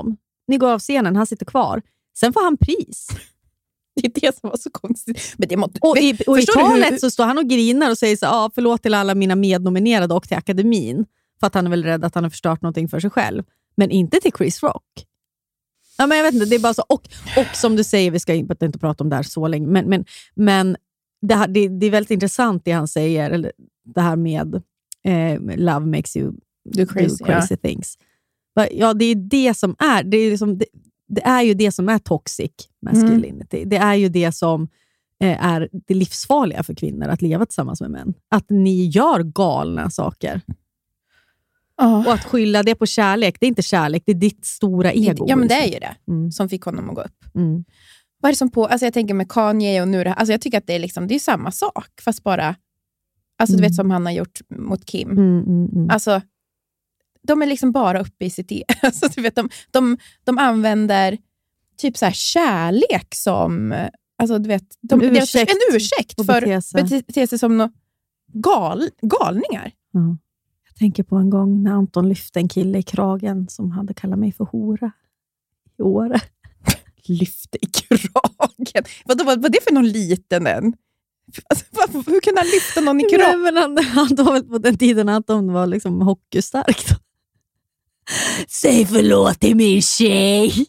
ni går av scenen, han sitter kvar. Sen får han pris. Det är det som var så konstigt. Men det måste, och i, och i talet hur... så står han och grinar och säger så ah, förlåt till alla mina mednominerade och till akademin. För att han är väl rädd att han har förstört någonting för sig själv. Men inte till Chris Rock. Ja, men jag vet inte, det är bara så. Och, och som du säger, vi ska inte, inte prata om det här så länge. Men, men, men det, här, det, det är väldigt intressant det han säger. Eller det här med eh, love makes you do crazy, do crazy ja. things. Ja, det är det som är. Det är, liksom, det, det är ju det som är toxic masculinity. Mm. Det är ju det som eh, är det livsfarliga för kvinnor att leva tillsammans med män. Att ni gör galna saker. Oh. Och att skylla det på kärlek, det är inte kärlek, det är ditt stora ego. Ja, men det är ju det mm. som fick honom att gå upp. Mm. Vad är det som på, alltså jag tänker med Kanye och nu det här, alltså jag tycker att det är liksom, det är samma sak, fast bara, alltså mm. du vet som han har gjort mot Kim. Mm, mm, mm. Alltså, de är liksom bara uppe i sitt e- alltså du vet, de, de, de använder typ så här kärlek som, alltså du vet, de, en ursäkt, en ursäkt för att bete sig som no, gal, galningar. Mm. Jag tänker på en gång när Anton lyfte en kille i kragen som hade kallat mig för hora i år. Lyfte i kragen? Vad var det för någon liten än? Alltså, vad, hur kan han lyfta någon i kragen? Nej, men han, han var väl på den tiden att Anton var liksom hockeystark. Säg förlåt till min tjej.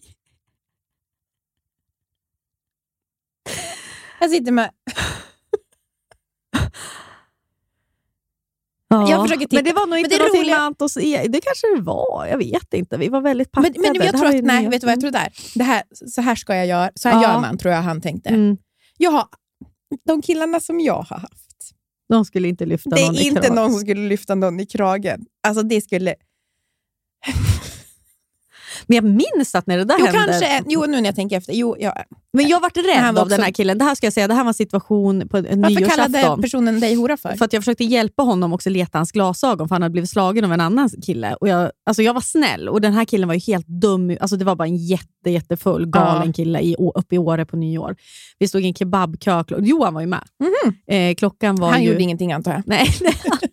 Jag sitter med... Ja, jag försöker titta. Men det var nog inte någonting med Antons... Det kanske det var, jag vet inte. Vi var väldigt packade. Men, men jag tror att, nej, vet du vad jag tror där? Det här, så här ska jag göra. Så här ja. gör man, tror jag han tänkte. Mm. Jag har, de killarna som jag har haft. De skulle inte lyfta någon i kragen. Det är inte någon som skulle lyfta någon i kragen. Alltså det skulle... Men jag minns att när det där jo, hände... Kanske, jo, nu när jag tänker efter. Jo, jag, men jag varit rädd av också... den här killen. Det här ska jag säga, det här var en situation på en nyårsafton. Varför kallade personen dig hora för? För att jag försökte hjälpa honom också leta hans glasögon. För han hade blivit slagen av en annan kille. Och jag, alltså jag var snäll. Och den här killen var ju helt dum. Alltså det var bara en jätte, jättefull galen ja. kille i, uppe i Åre på nyår. Vi stod i en kebabkö. Johan var ju med. Mm-hmm. Eh, klockan var han ju... gjorde ingenting, antar jag. Nej, nej.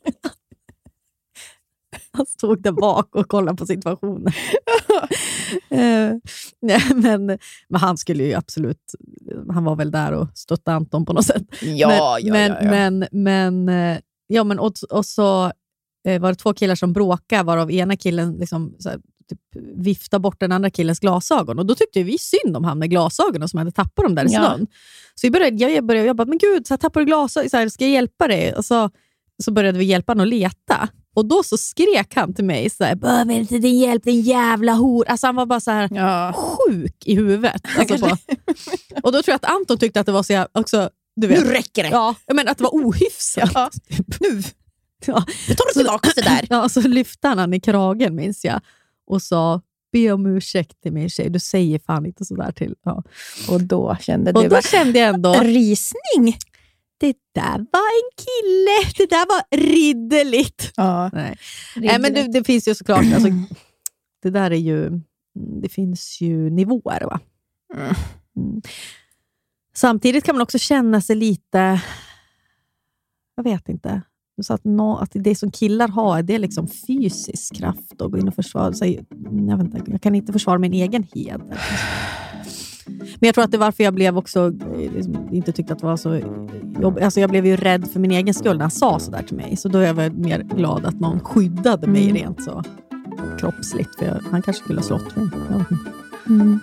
Han stod där bak och kollade på situationen. uh, men, men han skulle ju absolut... Han var väl där och stötta Anton på något sätt. Ja, men, ja, men, ja, ja. Men, men, ja, men och, och så eh, var det två killar som bråkade, varav ena killen liksom, så här, typ, viftade bort den andra killens glasögon. Och då tyckte vi synd om han med glasögonen som hade tappat dem där i snön. Ja. Så vi började, jag började jobba, men gud, så här, tappar du glasögon? Så här, ska jag hjälpa dig? Och så, så började vi hjälpa honom att leta. Och då så skrek han till mig så här, behöver inte din hjälp, din jävla hor. Alltså han var bara så här ja. sjuk i huvudet. Alltså på. Och då tror jag att Anton tyckte att det var så här, också, du vet. Nu räcker det. Ja, men att det var ohyfsat. Ja. Nu. Ja. Du tar tillbaka det där. Ja, så lyfte han han i kragen, minns jag. Och sa, be om ursäkt till min tjej. Du säger fan inte så där till. Ja. Och då kände du Och då bara, kände jag ändå risning. Det där var en kille. Det där var ridderligt. Ja. Nej. Nej, men det, det finns ju såklart. Alltså, det där är ju... Det finns ju nivåer, va? Mm. Samtidigt kan man också känna sig lite... Jag vet inte. Så att, no, att det som killar har, det är liksom fysisk kraft att gå in och försvara sig. Jag vet inte, jag kan inte försvara min egen heder. Men jag tror att det var varför jag blev också liksom, inte tyckte att det var så jobb. Alltså jag blev ju rädd för min egen skull när han sa så där till mig. Så då är jag väl mer glad att någon skyddade mig mm. rent så kroppsligt. För jag, han kanske skulle ha slått mig. Mm.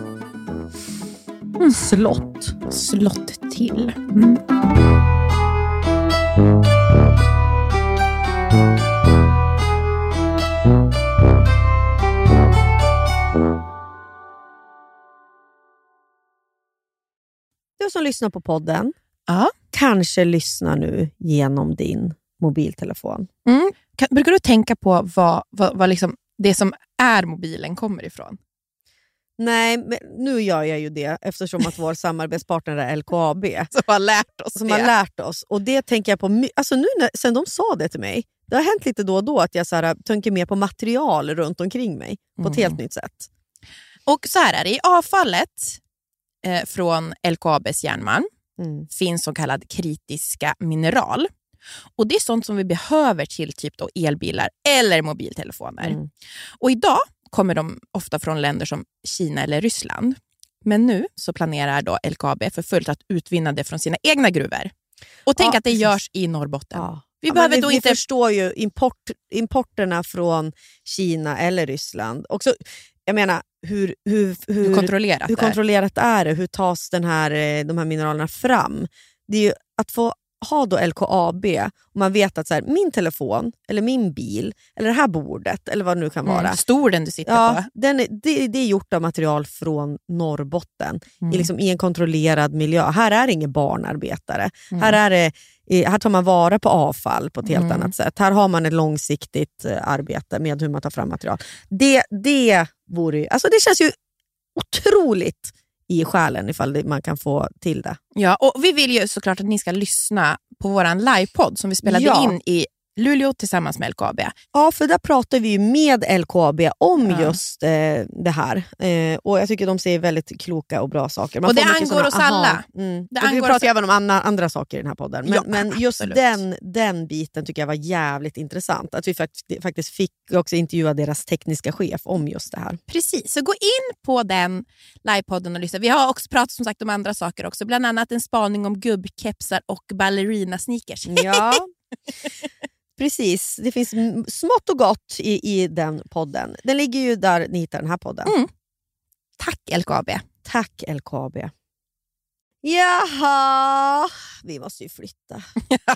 Mm. Slott. Slott till. Mm. Du som lyssnar på podden ja. kanske lyssnar nu genom din mobiltelefon. Mm. Kan, brukar du tänka på vad, vad, vad liksom det som är mobilen kommer ifrån? Nej, men nu gör jag ju det eftersom att vår samarbetspartner är L K A B. Som har lärt oss Som det. har lärt oss. Och det tänker jag på, alltså nu när, sen de sa det till mig, det har hänt lite då och då att jag så här, tänker mer på material runt omkring mig på ett mm. helt nytt sätt. Och så här är det, i avfallet eh, från L K A B:s järnmalm mm. finns så kallad kritiska mineral. Och det är sånt som vi behöver till typ då elbilar eller mobiltelefoner. Mm. Och idag kommer de ofta från länder som Kina eller Ryssland. Men nu så planerar då L K A B för fullt att utvinna det från sina egna gruvor. Och tänk ja, att det precis. görs i Norrbotten. Ja. Vi, ja, behöver vi, då vi inte... förstår ju import, importerna från Kina eller Ryssland. Också, jag menar, hur, hur, hur, hur kontrollerat, hur det är. kontrollerat är det? Hur tas den här, de här mineralerna fram? Det är ju att få ha då L K A B och man vet att så här, min telefon eller min bil eller det här bordet eller vad det nu kan vara. Mm, stolen du sitter ja, på. Den är, det, det är gjort av material från Norrbotten Mm. i, liksom, i en kontrollerad miljö. Här är det ingen barnarbetare. Mm. Här, är det, här tar man vara på avfall på ett helt Mm. annat sätt. Här har man ett långsiktigt uh, arbete med hur man tar fram material. Det, det, vore, alltså det känns ju otroligt i själen ifall det, man kan få till det. Ja, och vi vill ju såklart att ni ska lyssna på våran livepodd som vi spelade Ja. in i Luleå tillsammans med L K A B. Ja, för där pratar vi ju med L K A B om Ja. just eh, det här. Eh, och jag tycker de säger väldigt kloka och bra saker. Man Och det får mycket angår såna, oss aha, alla. Mm. Det Och vi angår pratar oss- ju även om andra, andra saker i den här podden. Men, Ja, men just absolut. den, den biten tycker jag var jävligt intressant. Att vi fakt- faktiskt fick också intervjua deras tekniska chef om just det här. Precis, så gå in på den livepodden och lyssna. Vi har också pratat som sagt om andra saker också. Bland annat en spaning om gubbkepsar och ballerina-sneakers. Ja, precis. Det finns m- smått och gott i, i den podden. Den ligger ju där ni hittar den här podden. Mm. Tack L K A B. Tack L K A B. Jaha, vi måste ju flytta.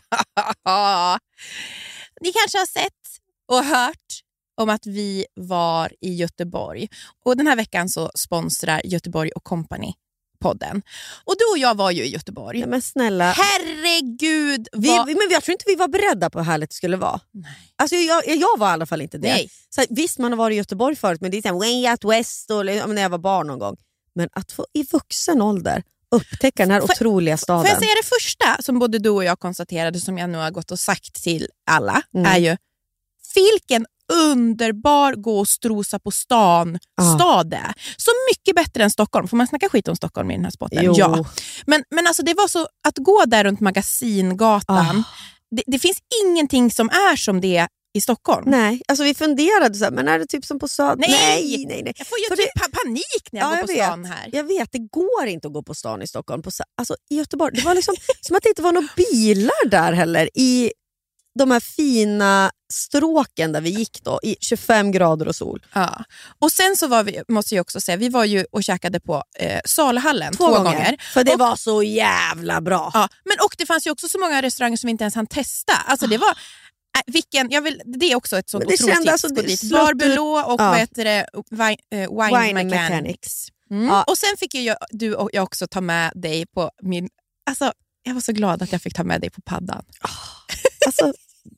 Ni kanske har sett och hört om att vi var i Göteborg. Och den här veckan så sponsrar Göteborg och Company podden. Och du och jag var ju i Göteborg. Ja, men snälla. Herregud! Vi, vad... men jag tror inte vi var beredda på hur härligt det skulle vara. Nej. Alltså jag, jag var i alla fall inte det. Nej. Så här, visst, man har varit i Göteborg förut, men det är så här, way out west och, när jag var barn någon gång. Men att få i vuxen ålder upptäcka den här Får- otroliga staden. Får jag säga det första som både du och jag konstaterade, som jag nu har gått och sagt till alla, Mm. är ju vilken underbar gå och strosa på stan Ja. stad är. Så mycket bättre än Stockholm. Får man snacka skit om Stockholm i den här spotten? Jo. Ja. Men, men alltså det var så att gå där runt Magasingatan. Ah. Det, det finns ingenting som är som det i Stockholm. Nej, alltså vi funderade så här, men är det typ som på Söder? Nej! nej, nej, nej. Jag får ju För typ pa- panik när jag Ja, går jag på vet. stan här. Jag vet, det går inte att gå på stan i Stockholm. På, alltså, i Göteborg, det var liksom som att det inte var några bilar där heller. I de här fina stråken där vi gick då, i tjugofem grader och sol. Ja. Och sen så var vi, måste jag också säga, vi var ju och käkade på eh, Salhallen två, Två, gånger. gånger. För det Och- var så jävla bra. Ja, men och det fanns ju också så många restauranger som vi inte ens hann testa. Alltså det var äh, vilken, jag vill, det är också ett sånt Men det otroligt kändes tips. alltså, Gå det dit. slut Bar ut- Belå och Ja. vad heter det? Wine, eh, wine, Wine Mechanics. Mechanics. Mm. Ja. Och sen fick ju jag, du och jag också ta med dig på min... Alltså, jag var så glad att jag fick ta med dig på paddan. Alltså,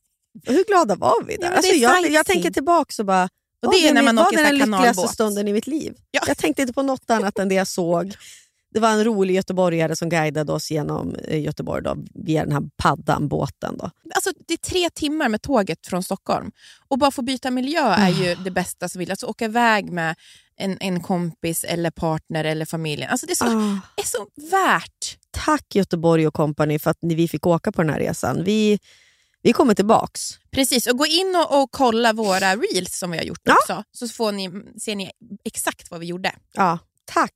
hur glada var vi där? Ja, men det alltså, är jag, sightseeing. jag tänker tillbaka och bara... Och var det är när man var åker det så här den lyckligaste kanalbåt. stunden i mitt liv. Ja. Jag tänkte inte på något annat än det jag såg. Det var en rolig göteborgare som guidade oss genom eh, Göteborg då, via den här paddan, båten. Då. Alltså, det är tre timmar med tåget från Stockholm. Och bara få byta miljö är ju det bästa som vill. Alltså åka iväg med en, en kompis eller partner eller familjen. Alltså det är så, Ah. är så värt. Tack Göteborg och Company för att ni, vi fick åka på den här resan. Vi, vi kommer tillbaks. Precis, och gå in och, och kolla våra reels som vi har gjort Ja. också. Så får ni, ser ni exakt vad vi gjorde. Ja, tack.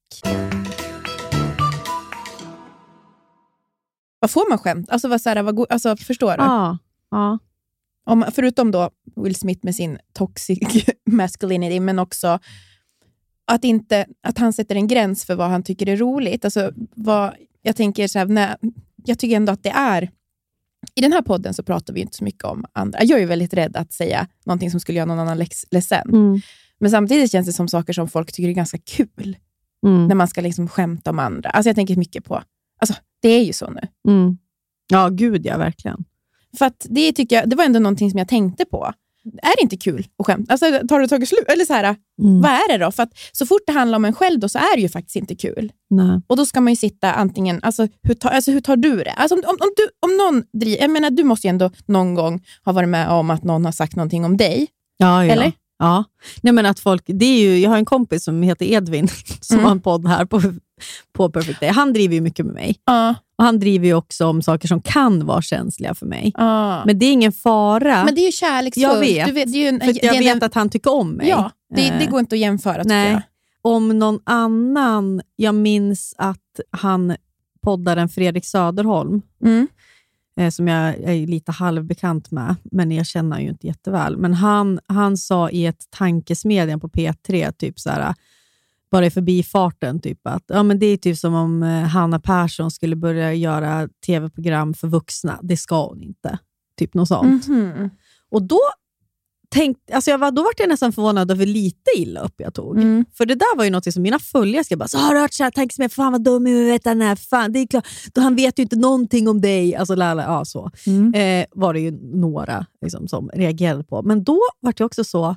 Vad får man skämt? Alltså, vad, så här, vad, go- alltså förstår du? Ja, ja. Om, förutom då Will Smith med sin toxic masculinity, men också att, inte, att han sätter en gräns för vad han tycker är roligt. Alltså, vad, jag tänker så här, när, jag tycker ändå att det är... I den här podden så pratar vi inte så mycket om andra. Jag är ju väldigt rädd att säga någonting som skulle göra någon annan lex- ledsen. Mm. Men samtidigt känns det som saker som folk tycker är ganska kul. Mm. När man ska liksom skämta om andra. Alltså jag tänker mycket på... Alltså, det är ju så nu. Mm. Ja, gud ja, verkligen. För att det tycker jag, det var ändå någonting som jag tänkte på. Är det inte kul att skämta? Alltså, tar det tagit slut? Eller så här, Mm. vad är det då? För att så fort det handlar om en själv då, så är det ju faktiskt inte kul. Nej. Och då ska man ju sitta antingen, alltså hur, tar, alltså, hur tar du det? Alltså, om, om, om, du, om någon driver, jag menar du måste ju ändå någon gång ha varit med om att någon har sagt någonting om dig. Ja, ja. Eller? Ja. Nej, men att folk, det är ju, jag har en kompis som heter Edvin som Mm. har en podd här på, på Perfect Day. Han driver ju mycket med mig. Ja. Och han driver ju också om saker som kan vara känsliga för mig. Ja. Men det är ingen fara. Men det är ju kärleksfullt. Jag vet. Du vet, det är ju en, för att det är jag en, vet att han tycker om mig. Ja. Det, det går inte att jämföra. Nej. Jag. Om någon annan, jag minns att han poddaren Fredrik Söderholm, mm. eh, som jag är lite halvbekant med, men jag känner ju inte jätteväl. Men han, han sa i ett tankesmedjan på P tre, typ så här, bara i förbifarten, typ att ja, men det är typ som om eh, Hanna Persson skulle börja göra tv-program för vuxna. Det ska hon inte. Typ något sånt. Mm-hmm. Och då tänkte, alltså jag var, då var jag nästan förvånad över lite illa upp jag tog. Mm. För det där var ju något som mina följare ska bara, så har du hört så här, tänk mig, fan vad dum i huvudet den är, fan, det är klart, då han vet ju inte någonting om dig, alltså lala, ja så. Mm. Eh, var det ju några liksom, som reagerade på. Men då var det också så,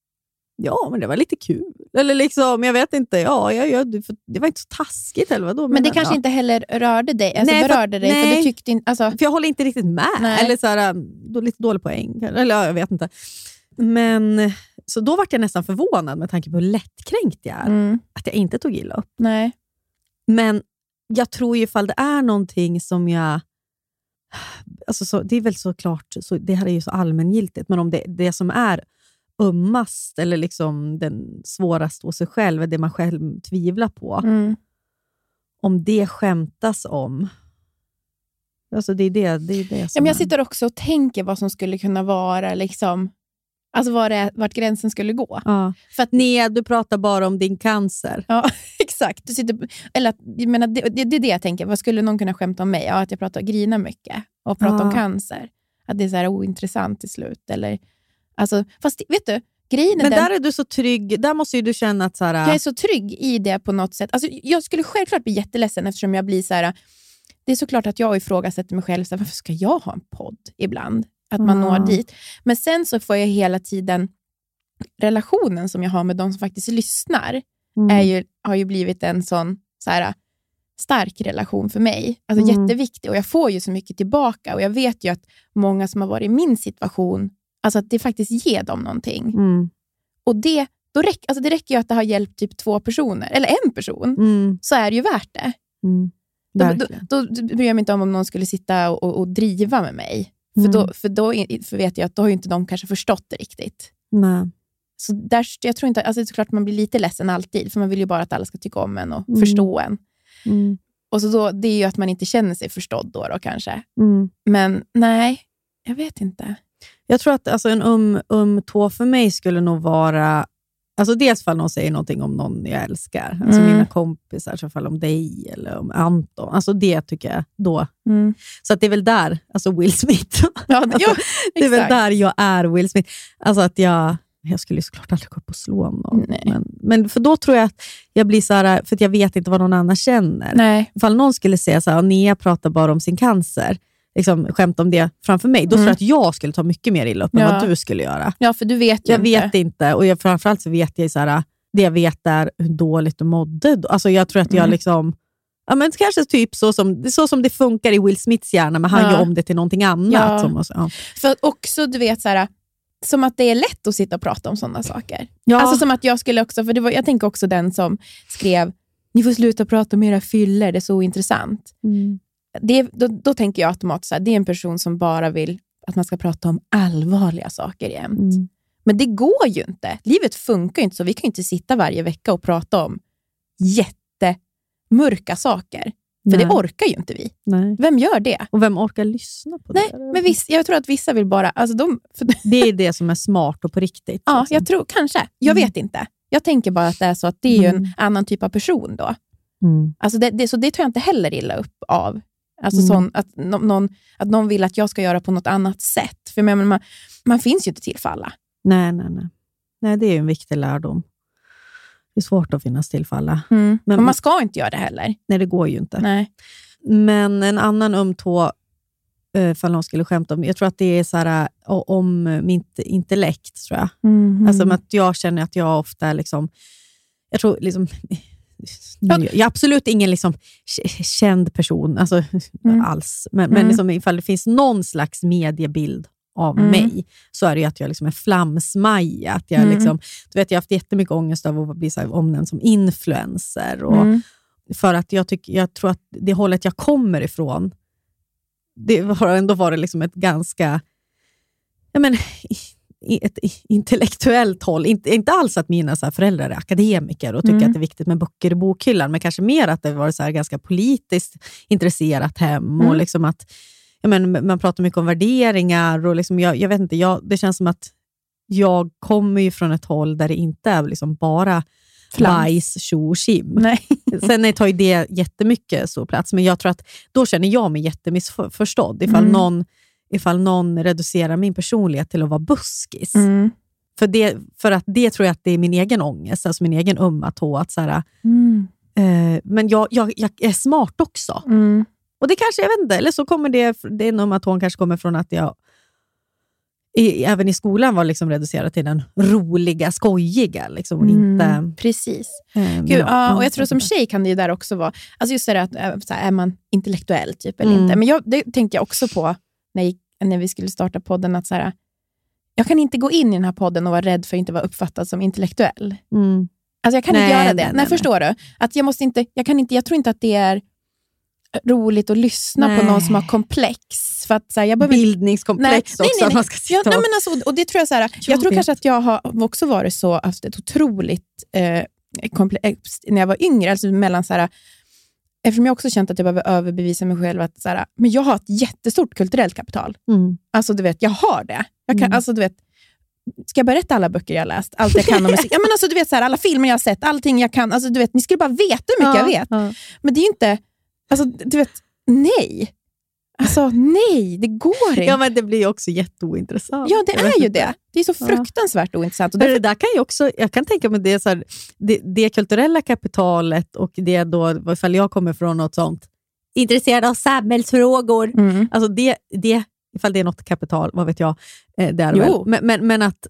ja men det var lite kul. Eller liksom, jag vet inte, ja, jag, jag, det var inte så taskigt eller vadå. Men, men det ja. kanske inte heller rörde dig, alltså nej, berörde för, dig, nej, för du tyckte inte, alltså... för jag håller inte riktigt med. Nej. Eller så här, då, lite dålig poäng. Eller ja, jag vet inte. Men så då var jag nästan förvånad med tanke på hur lättkränkt jag är. Mm. Att jag inte tog illa upp. Nej. Men jag tror ju ifall det är någonting som jag... Alltså så, det är väl såklart, så, det här är ju så allmängiltigt. Men om det, det som är ömmast eller liksom den svåraste hos sig själv är det man själv tvivlar på. Mm. Om det skämtas om... Alltså det är det, det, är det som ja, men jag är. sitter också och tänker vad som skulle kunna vara liksom... Alltså var det, vart gränsen skulle gå. Ja. För att, nej, du pratar bara om din cancer. ja, exakt. Du sitter, eller att, jag menar, det, det, det är det jag tänker. Vad skulle någon kunna skämta om mig? Ja, att jag pratar och grinar mycket. Och pratar Ja. om cancer. Att det är så här ointressant till slut. Eller, alltså, fast vet du, grejen är Men den, där är du så trygg. Där måste ju du känna att så här, jag är så trygg i det på något sätt. Alltså, jag skulle självklart bli jätteledsen eftersom jag blir så här. Det är såklart att jag ifrågasätter mig själv. Så här, varför ska jag ha en podd ibland? Att man Ja. når dit. Men sen så får jag hela tiden relationen som jag har med de som faktiskt lyssnar mm. är ju, har ju blivit en sån så här, stark relation för mig. Alltså Mm. jätteviktig. Och jag får ju så mycket tillbaka. Och jag vet ju att många som har varit i min situation, alltså att det faktiskt ger dem någonting. Mm. Och det, då räck, alltså det räcker ju att det har hjälpt typ två personer, eller en person, Mm. så är det ju värt det. Mm. Då, då, då bryr jag mig inte om om någon skulle sitta och, och, och driva med mig. För, Mm. då, för då för vet jag att då har ju inte de kanske förstått det riktigt. Nej. Så där, jag tror inte, alltså det är såklart man blir lite ledsen alltid, för man vill ju bara att alla ska tycka om en och Mm. förstå en. Mm. Och så då, det är ju att man inte känner sig förstådd då, då kanske. Mm. Men nej, jag vet inte. Jag tror att alltså, en um, um tå för mig skulle nog vara, alltså dels fall någon säger någonting om någon jag älskar. Alltså Mm. mina kompisar, så fall om dig eller om Anton. Alltså det tycker jag då. Mm. Så att det är väl där, alltså Will Smith. Ja, alltså, ja, det är väl exakt. där jag är Will Smith. Alltså att jag, jag skulle ju såklart aldrig gå upp och slå någon. Nej. Men, men för då tror jag att jag blir så här, för att jag vet inte vad någon annan känner. Nej. Ifall någon skulle säga så här, Nia pratar bara om sin cancer, liksom skämt om det framför mig, då Mm. tror jag att jag skulle ta mycket mer illa upp än Ja. vad du skulle göra. Ja, för du vet ju Jag inte. vet inte, och jag, framförallt så vet jag så här, det jag vet är hur dåligt du mådde. Alltså jag tror att jag Mm. liksom, ja men kanske typ så som, så som det funkar i Will Smiths hjärna, men han Ja. gör om det till någonting annat. Ja. Som, ja. För att också, du vet så här, som att det är lätt att sitta och prata om sådana saker. Ja. Alltså som att jag skulle också, för det var, jag tänker också den som skrev, ni får sluta prata om era fyller, det är så intressant. Mm. Det, då, då tänker jag automatiskt så här, det är en person som bara vill att man ska prata om allvarliga saker jämt. Mm. Men det går ju inte. Livet funkar ju inte så. Vi kan ju inte sitta varje vecka och prata om jättemörka saker. För Nej. det orkar ju inte vi. Nej. Vem gör det? Och vem orkar lyssna på Nej, det? men viss, jag tror att vissa vill bara... Alltså de, för, Det är det som är smart och på riktigt. ja, liksom. jag tror kanske. Jag Mm. vet inte. Jag tänker bara att det är så att det är ju en Mm. annan typ av person då. Mm. Alltså det, det, så det tar jag inte heller illa upp av. Alltså Mm. sån, att, no, någon, att någon vill att jag ska göra på något annat sätt. För men, man, man finns ju inte till för alla. Nej, nej, nej. Nej, det är ju en viktig lärdom. Det är svårt att finnas till för alla. Mm. Men- Men man ska inte göra det heller. Nej, det går ju inte. Nej. Men en annan öm tå, eh, för någon skulle skämta om, jag tror att det är så här, o- om mitt intellekt, tror jag. Mm. Alltså med att jag känner att jag ofta är liksom, jag tror liksom, jag är absolut ingen liksom k- känd person, alltså Mm. alls. Men, Mm. men liksom, ifall det finns någon slags mediebild av Mm. mig, så är det ju att jag liksom är flamsmaja. Att jag, Mm. liksom, du vet, jag har haft jättemycket ångest av att bli så här omnämnd som influencer. Och, Mm. För att jag, tycker, jag tror att det hållet jag kommer ifrån, det har ändå varit liksom ett ganska... Jag men, ett intellektuellt håll. Inte, inte alls att mina så här föräldrar är akademiker och tycker mm. att det är viktigt med böcker i bokhyllan, men kanske mer att det var så här ganska politiskt intresserat hem mm. och liksom att jag men, man pratar mycket om värderingar och liksom jag, jag vet inte, jag, det känns som att jag kommer ju från ett håll där det inte är liksom bara bajs, tjo och kim. Nej. Sen tar ju det jättemycket så plats, men jag tror att då känner jag mig jättemissförstådd ifall, mm. någon, ifall någon reducerar min personlighet till att vara buskis. Mm. För, det, för att det tror jag att det är min egen ångest, alltså min egen ömma tå att så här, mm. eh, men jag, jag, jag är smart också. Mm. Och det kanske, jag vet inte, eller så kommer det, det är nog att hon kanske kommer från att jag i, även i skolan var liksom reducerad till den roliga, skojiga liksom, och mm, inte... Precis. Eh, Gud, ja, ja, och jag tror som tjej kan det ju där också vara, alltså just det att så här, är man intellektuell typ eller mm. inte. Men jag, det tänkte jag också på när, jag, när vi skulle starta podden, att så här, jag kan inte gå in i den här podden och vara rädd för att inte vara uppfattad som intellektuell. Mm. Alltså jag kan nej, inte göra det. Nej, nej, nej, förstår du? Att jag måste inte, jag kan inte, jag tror inte att det är roligt att lyssna nej. på någon som har komplex. För att, så här, jag behöver... Bildningskomplex nej, också. Nej, nej, nej. Man ska ja, nej, men alltså, och det tror jag så här, jag, jag tror vet. kanske att jag har också varit så, haft ett otroligt eh, komplex när jag var yngre. Alltså mellan så här, eftersom jag också känt att jag behöver överbevisa mig själv att så här, men jag har ett jättestort kulturellt kapital. Mm. Alltså du vet, jag har det. Jag kan, mm. alltså du vet, ska jag berätta alla böcker jag har läst? Allt jag kan om musik. Ja, men alltså du vet så här, alla filmer jag har sett, allting jag kan. Alltså du vet, ni skulle bara veta hur mycket ja, jag vet. Ja. Men det är ju inte, alltså du vet, nej. Alltså nej, det går inte. Ja, men det blir ju också jätteointressant. Ja, det är ju det. Det är så fruktansvärt ja. ointressant. Och därför... Det där kan ju också, jag kan tänka mig det, så här, det, det kulturella kapitalet och det då, ifall jag kommer från något sånt, intresserad av samhällsfrågor. Mm. Alltså det, det, ifall det är något kapital, vad vet jag. Eh, där väl. Men, men, men att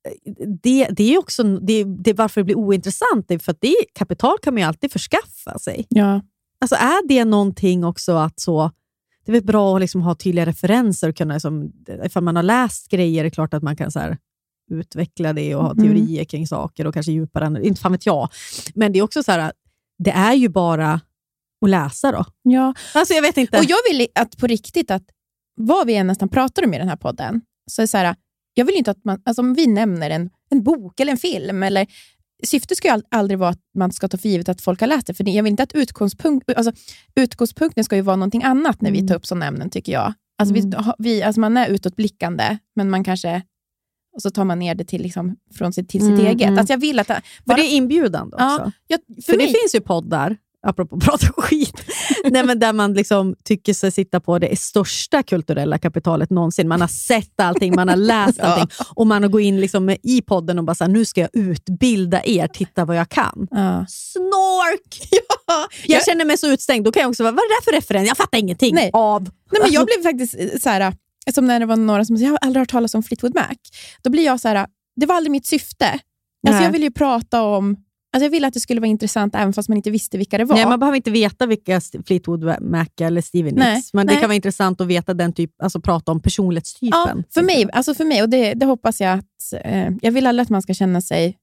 det, det är också, det, det varför det blir ointressant, det är för att det kapital kan man ju alltid förskaffa sig. Ja. Alltså är det någonting också att så, det är väl bra att liksom ha tydliga referenser och kunna, liksom, ifall man har läst grejer är det klart att man kan så här, utveckla det och ha mm. teorier kring saker och kanske djupare, inte fan vet jag. Men det är också så här, det är ju bara att läsa då. Ja. Alltså jag vet inte. Och jag vill att på riktigt att vad vi än nästan pratar om i den här podden, så är det så här, jag vill inte att man, alltså om vi nämner en, en bok eller en film eller syftet ska ju aldrig vara att man ska ta för givet att folk har läst det. För jag vill inte att utgångspunkt, alltså, utgångspunkten ska ju vara någonting annat när mm. vi tar upp sådana ämnen, tycker jag. Alltså, mm. vi, vi, alltså man är utåtblickande, men man kanske, och så tar man ner det till, liksom, från sitt, till sitt mm. eget. Alltså jag vill att... Bara, för det är inbjudande också. Ja, jag, för för mig, det finns ju poddar, apropå prata skit, nej, men där man liksom tycker sig sitta på det största kulturella kapitalet någonsin. Man har sett allting, man har läst ja. allting och man har gått in liksom i podden och bara så här, nu ska jag utbilda er, titta vad jag kan. Ja. Snork! Ja. Jag, jag känner mig så utstängd, då kan jag också vara, vad är det för referens? Jag fattar ingenting nej. av. Nej, men jag blev faktiskt så här, som när det var några som sa, jag har aldrig hört talas om Fleetwood Mac. Då blir jag så här, det var aldrig mitt syfte. Alltså jag vill ju prata om, alltså jag ville att det skulle vara intressant även fast man inte visste vilka det var. Nej, man behöver inte veta vilka Fleetwood Mac eller Stevie Nicks. Men nej. Det kan vara intressant att veta den typ, alltså prata om personlighetstypen. Ja, för mig, alltså för mig och det, det hoppas jag att eh, jag vill aldrig att man ska känna sig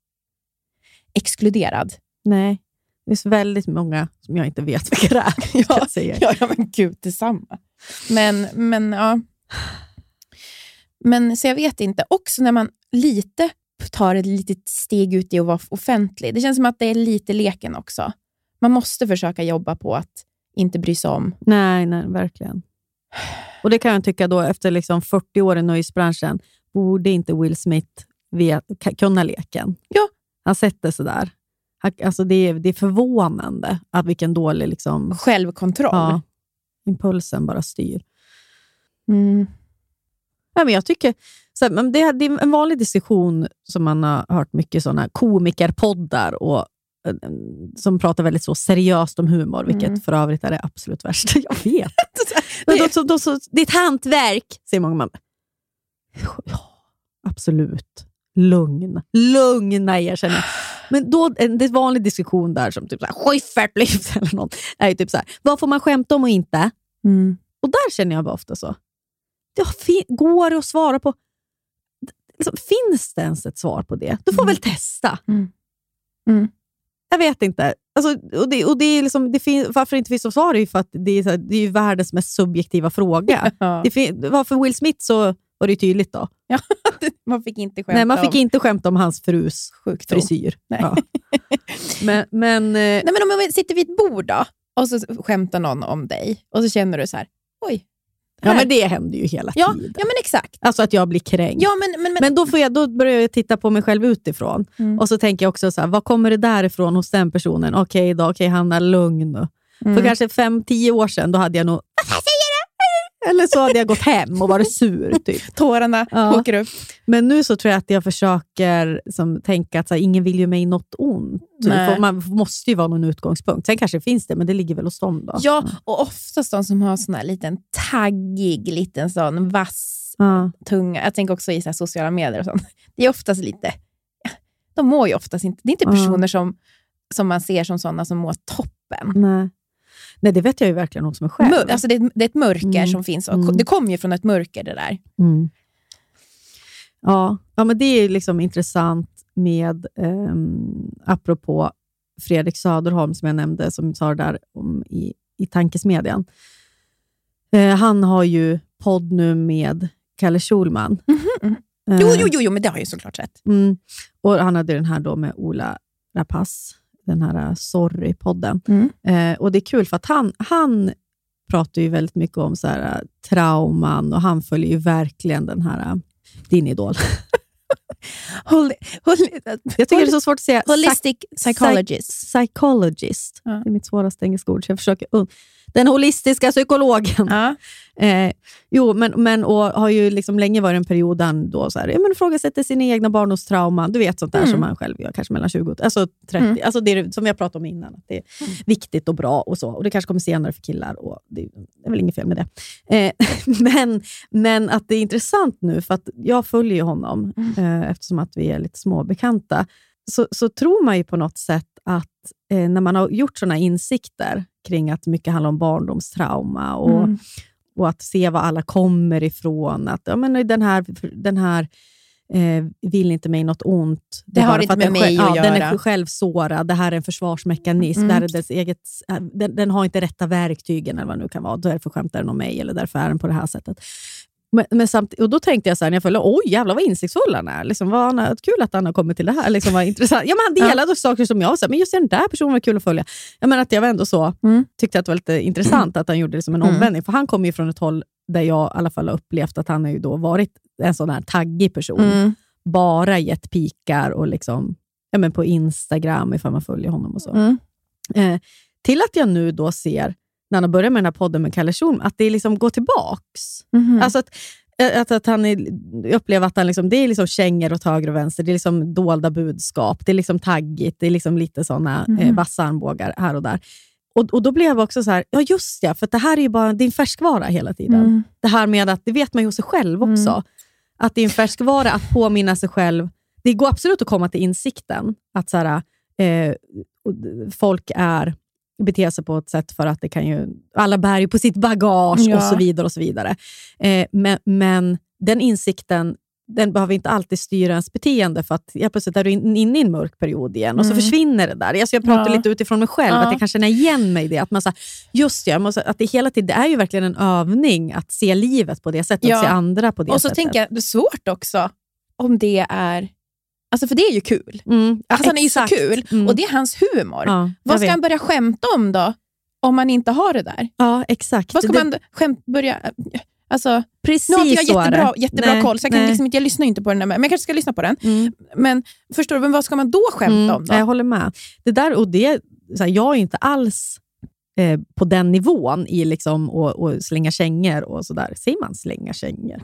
exkluderad. Nej, det är så väldigt många som jag inte vet vilka det är. ja, ja, ja, men gud, detsamma. Men, men ja. Men så jag vet inte. Också när man lite tar ett litet steg ut i att vara offentlig. Det känns som att det är lite leken också. Man måste försöka jobba på att inte bry sig om. Nej, nej, verkligen. Och det kan jag tycka då, efter liksom fyrtio år i nöjesbranschen, borde inte Will Smith vet, kunna leken. Ja. Han sätter sig där. Alltså det är, det är förvånande att vilken dålig liksom... självkontroll. Ja, impulsen bara styr. Mm. Ja, men jag tycker så här, men det, det är en vanlig diskussion som man har hört mycket sådana komikerpoddar och som pratar väldigt så seriöst om humor, vilket mm. för övrigt är det absolut värsta jag vet. Men då, så, då, så, det är ett hantverk, säger många man. Ja, absolut. Lugn. Lugna erkänner jag. Men då, en, det är en vanlig diskussion där som typ såhär, Schyffertlyft eller något. Är ju typ såhär, vad får man skämta om och inte? Mm. Och där känner jag bara ofta så. Det fin- går det att svara på? Liksom, finns det ens ett svar på det? Du får mm. väl testa. Mm. Mm. Jag vet inte. Alltså, och det, och det är liksom, det fin- varför det inte finns att svara är ju för att det är, så här, det är ju världens mest subjektiva fråga. Ja. Det fin- varför Will Smith så var det ju tydligt då. Ja. Man fick inte skämta Nej, man fick om... inte skämta om hans frus sjukdom. Frisyr. Nej. Ja. men, men, eh... Nej, men om vi sitter vid ett bord då, och så skämtar någon om dig, och så känner du så här, oj. Ja, men det händer ju hela ja, tiden. Ja, men exakt. Alltså att jag blir kränkt. Ja, men, men, men... men då, får jag, då börjar jag titta på mig själv utifrån. Mm. Och så tänker jag också så här, vad kommer det därifrån hos den personen? Okej, då, okej, han är lugn nu. Mm. För kanske fem, tio år sedan, då hade jag nog... Vad säger du? Eller så hade jag gått hem och varit sur. Typ. Tårarna ja. åker upp. Men nu så tror jag att jag försöker som, tänka att så här, ingen vill ju mig något ont. För man måste ju vara någon utgångspunkt. Sen kanske finns det, men det ligger väl hos dem då. Ja, och oftast de som har sån här liten taggig, liten sån vass ja. tunga. Jag tänker också i så här sociala medier och sånt. Det är oftast lite... De mår ju oftast inte... Det är inte personer ja. som, som man ser som sådana som mår toppen. Nej. Nej, det vet jag ju verkligen hos mig själv. Mör, alltså det, är, det är ett mörker mm. som finns. Och mm. det kommer ju från ett mörker det där. Mm. Ja. ja, men det är liksom intressant med um, apropå Fredrik Söderholm som jag nämnde, som sa det där om i, i Tankesmedjan. Uh, han har ju podd nu med Kalle Schulman. Mm-hmm. Uh, jo, jo, jo, jo, men det har jag ju såklart sett. Mm. Och han hade den här då med Ola Rapace. Den här Sorry-podden. Mm. Eh, och det är kul för att han, han pratar ju väldigt mycket om så här, trauman och han följer ju verkligen den här din idol. Hol, hol, jag tycker hol, det är så svårt att säga. Holistic psychologist. Psychologist. Ja. Det är mitt svåraste engelska ord så jag försöker un- den holistiska psykologen. Ja. Eh, jo, men, men och har ju liksom länge varit en period där då så här, ja, men ifrågasätter sina egna barndomstrauman. Du vet sånt där mm. som man själv gör, kanske mellan tjugo alltså trettio. Mm. Alltså det är, som jag pratade om innan. Att det är mm. viktigt och bra och så. Och det kanske kommer senare för killar och det är, det är väl inget fel med det. Eh, men, men att det är intressant nu för att jag följer ju honom mm. eh, eftersom att vi är lite småbekanta. Så, så tror man ju på något sätt att eh, när man har gjort såna insikter kring att mycket handlar om barndomstrauma och, mm. och att se var alla kommer ifrån. Att ja, men den här, den här eh, vill inte mig något ont. Det, det har inte med mig själv, att ja, göra. Den är självsårad. Det här är en försvarsmekanism. Mm. Det här är dess eget, den, den har inte rätta verktygen eller vad det nu kan vara. Därför skämtar den om mig eller därför är den på det här sättet. Men, men samt, och då tänkte jag så här när jag följde, oj jävlar vad insiktsfull han är. Liksom, vad han, kul att han har kommit till det här. Liksom, vad intressant. Ja, men han delade ja. saker som jag sa, men just den där personen var kul att följa. Jag menar att jag var ändå så, mm. tyckte att det var lite intressant att han gjorde det som en omvändning. Mm. För han kommer ju från ett håll där jag i alla fall har upplevt att han har ju då varit en sån här taggig person. Mm. Bara gett pikar och liksom, ja, men på Instagram ifall man följer honom och så. Mm. Eh, till att jag nu då ser när han börjar med den här podden med Kalle Schulman, att det liksom går tillbaks. Mm-hmm. Alltså att, att, att han är, upplever att han liksom, det är liksom kängor åt höger och vänster, det är liksom dolda budskap, det är liksom taggigt, det är liksom lite sådana mm-hmm. eh, vassa armbågar här och där. Och, och då blev jag också så här, ja just ja, för att det här är ju bara, det är en färskvara hela tiden. Mm. Det här med att, det vet man ju hos sig själv också, mm. att det är en färskvara att påminna sig själv. Det går absolut att komma till insikten att så här, eh, folk är beter sig på ett sätt för att det kan ju, alla bär ju på sitt bagage ja. och så vidare och så vidare. Eh, men, men den insikten, den behöver inte alltid styra ens beteende för att jag plötsligt är du in, in i en mörk period igen mm. och så försvinner det där. Alltså jag pratar ja. lite utifrån mig själv ja. att jag kan känna igen mig i det. Att man så här, just ja, måste, att det hela tiden, det är ju verkligen en övning att se livet på det sättet, ja. att se andra på det och så sättet. tänker jag, det är svårt också om det är, alltså för det är ju kul. Mm. Alltså han är ju så kul mm. och det är hans humor. Ja, vad ska vet. han börja skämta om då? Om man inte har det där? Ja, exakt. Vad ska det... man skämt börja... Alltså, precis nu har inte jag jättebra, jättebra nej, koll så jag, kan liksom inte, jag lyssnar inte på den där, men jag kanske ska lyssna på den. Mm. Men förstår du, men vad ska man då skämta mm. om då? Jag håller med. Det där, och det, så här, jag är inte alls eh, på den nivån i liksom och, och slänga kängor och sådär. Säger man slänga kängor?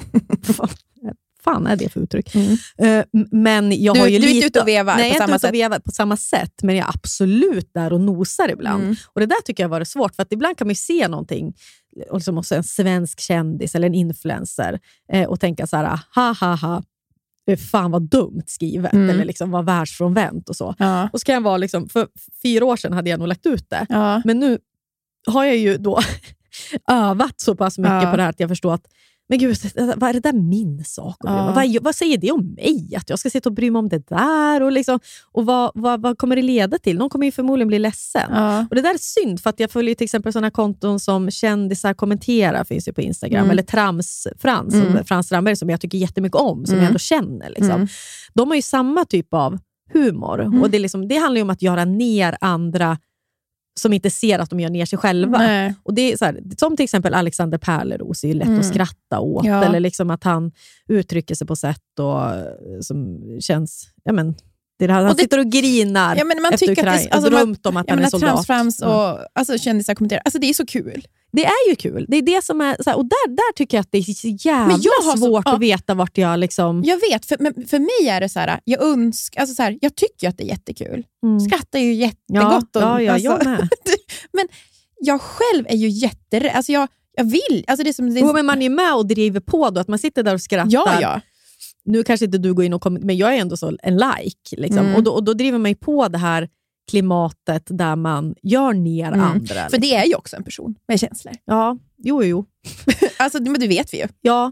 Fan är det för uttryck? Mm. Uh, men jag du, har ju du är lite, inte ute och vevar nej, på samma sätt? Veva på samma sätt, men jag är absolut där och nosar ibland. Mm. Och det där tycker jag var det svårt, för att ibland kan man ju se någonting, och liksom också en svensk kändis eller en influencer, eh, och tänka så här, ha ha ha, fan vad dumt skrivet, mm. eller liksom vad världsfrånvänt och så. Ja. Och så kan jag vara liksom, för fyra år sedan hade jag nog lagt ut det. Ja. Men nu har jag ju då övat så pass mycket ja. på det här att jag förstår att Men gud, vad är det där min sak? Ja. Vad, vad säger det om mig? Att jag ska sitta och bry mig om det där? Och, liksom, och vad, vad, vad kommer det leda till? Någon kommer ju förmodligen bli ledsen. Ja. Och det där är synd, för att jag följer till exempel sådana konton som kändisar kommenterar, finns ju på Instagram. Mm. Eller Trams Frans, mm. Frans Strandberg, som jag tycker jättemycket om, som mm. jag ändå känner. Liksom. Mm. De har ju samma typ av humor. Mm. Och det, är liksom, det handlar ju om att göra ner andra som inte ser att de gör ner sig själva. Nej. Och det är så här, som till exempel Alexander Pärleros är ju lätt mm. att skratta åt. Ja. Eller liksom att han uttrycker sig på sätt och, som känns... Ja, men, det är det här, han och det, sitter och grinar ja, men man efter Ukraina. Att det, alltså, drömt om att ja, han är soldat. Transframs och alltså, kändisar kommenterar. Alltså det är så kul. Det är ju kul. Det är det som är så här, och där, där tycker jag att det är så jävla men jag har svårt så, ja. att veta vart jag liksom... Jag vet, för, men för mig är det så här, jag önskar, alltså så här, jag tycker att det är jättekul. Mm. Skrattar ju jättegott. Ja, ja, ja alltså. jag med. Men jag själv är ju jätterädd. Alltså jag, jag vill. Alltså det är som, det är... Jo, men man är ju med och driver på då, att man sitter där och skrattar. Ja, ja. Nu kanske inte du går in och kommer, men jag är ändå så en like. Liksom. Mm. Och, då, och då driver man ju på det här klimatet där man gör ner mm. andra. För det är ju också en person med känslor. Ja, jo, jo. Alltså, men det vet vi ju. Ja.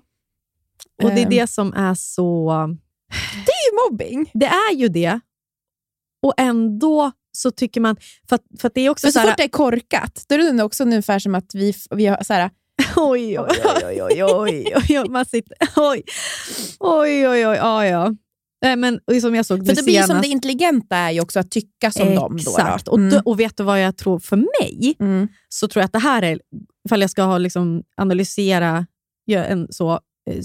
Och det är det som är så... Det är ju mobbing. Det är ju det. Och ändå så tycker man... För att, för att det är också men så, så här, fort det är korkat, då är det också ungefär som att vi, vi har så här... Oj, oj, oj, oj, oj, oj, oj, man sitter... Oj, oj, oj, oj, ja, ja. Nej, men som jag såg för det blir senast... som det intelligenta är ju också att tycka som Exakt. dem. Exakt, och, mm. och vet du vad jag tror för mig? Mm. Så tror jag att det här är, ifall jag ska ha liksom analysera, en, så,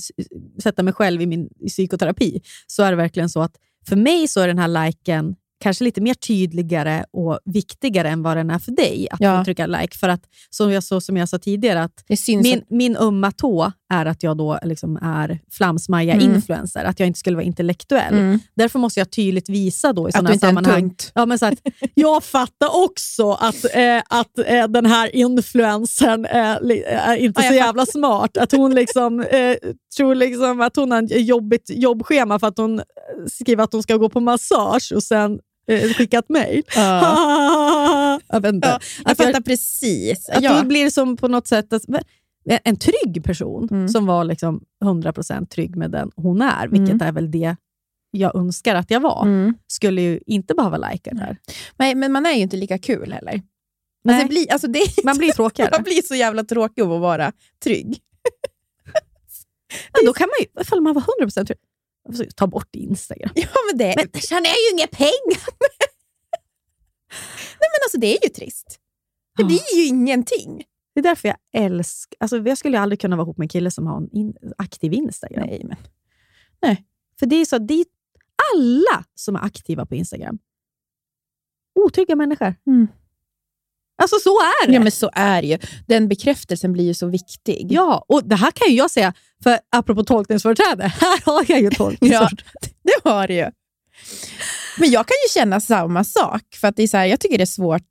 sätta mig själv i min i psykoterapi, så är det verkligen så att för mig så är den här liken kanske lite mer tydligare och viktigare än vad den är för dig att ja. trycka like. För att, som jag, så, som jag sa tidigare, att min, min ömma tå är att jag då liksom är flamsmaja-influencer. Mm. Att jag inte skulle vara intellektuell. Mm. Därför måste jag tydligt visa då i sådana här sammanhang. Ja, men så att, jag fattar också att, eh, att eh, den här influencern eh, är inte ja, så jävla fattar. smart. Att hon liksom eh, tror liksom att hon har ett jobbigt jobbschema för att hon skriver att hon ska gå på massage och sen skickat mejl. Ja. jag vet inte. Ja, jag att fattar jag, precis. Att ja. då blir det som på något sätt att, en trygg person mm. som var liksom hundra procent trygg med den hon är, vilket mm. är väl det jag önskar att jag var, mm. skulle ju inte behöva lajka det här. Nej, men man är ju inte lika kul heller. Alltså, det blir, alltså det, man blir tråkigare. Man blir så jävla tråkig av att vara trygg. Men då kan man ju, ifall man var hundra procent trygg, ta bort Instagram. Ja, men det... Men tjänar jag ju inga pengar. Nej, men alltså det är ju trist. För oh. det är ju ingenting. Det är därför jag älskar... Alltså jag skulle ju aldrig kunna vara ihop med en kille som har en in, aktiv Instagram. Nej, men... Nej. För det är så att det är alla som är aktiva på Instagram. Otrygga människor. Mm. Alltså så är det. Ja, men så är det ju. Den bekräftelsen blir ju så viktig. Ja, och det här kan ju jag säga, för apropå tolkningsföreträde, här har jag ju tolkningsföreträde. Ja, det har du ju. Men jag kan ju känna samma sak, för att det är så här, jag tycker det är svårt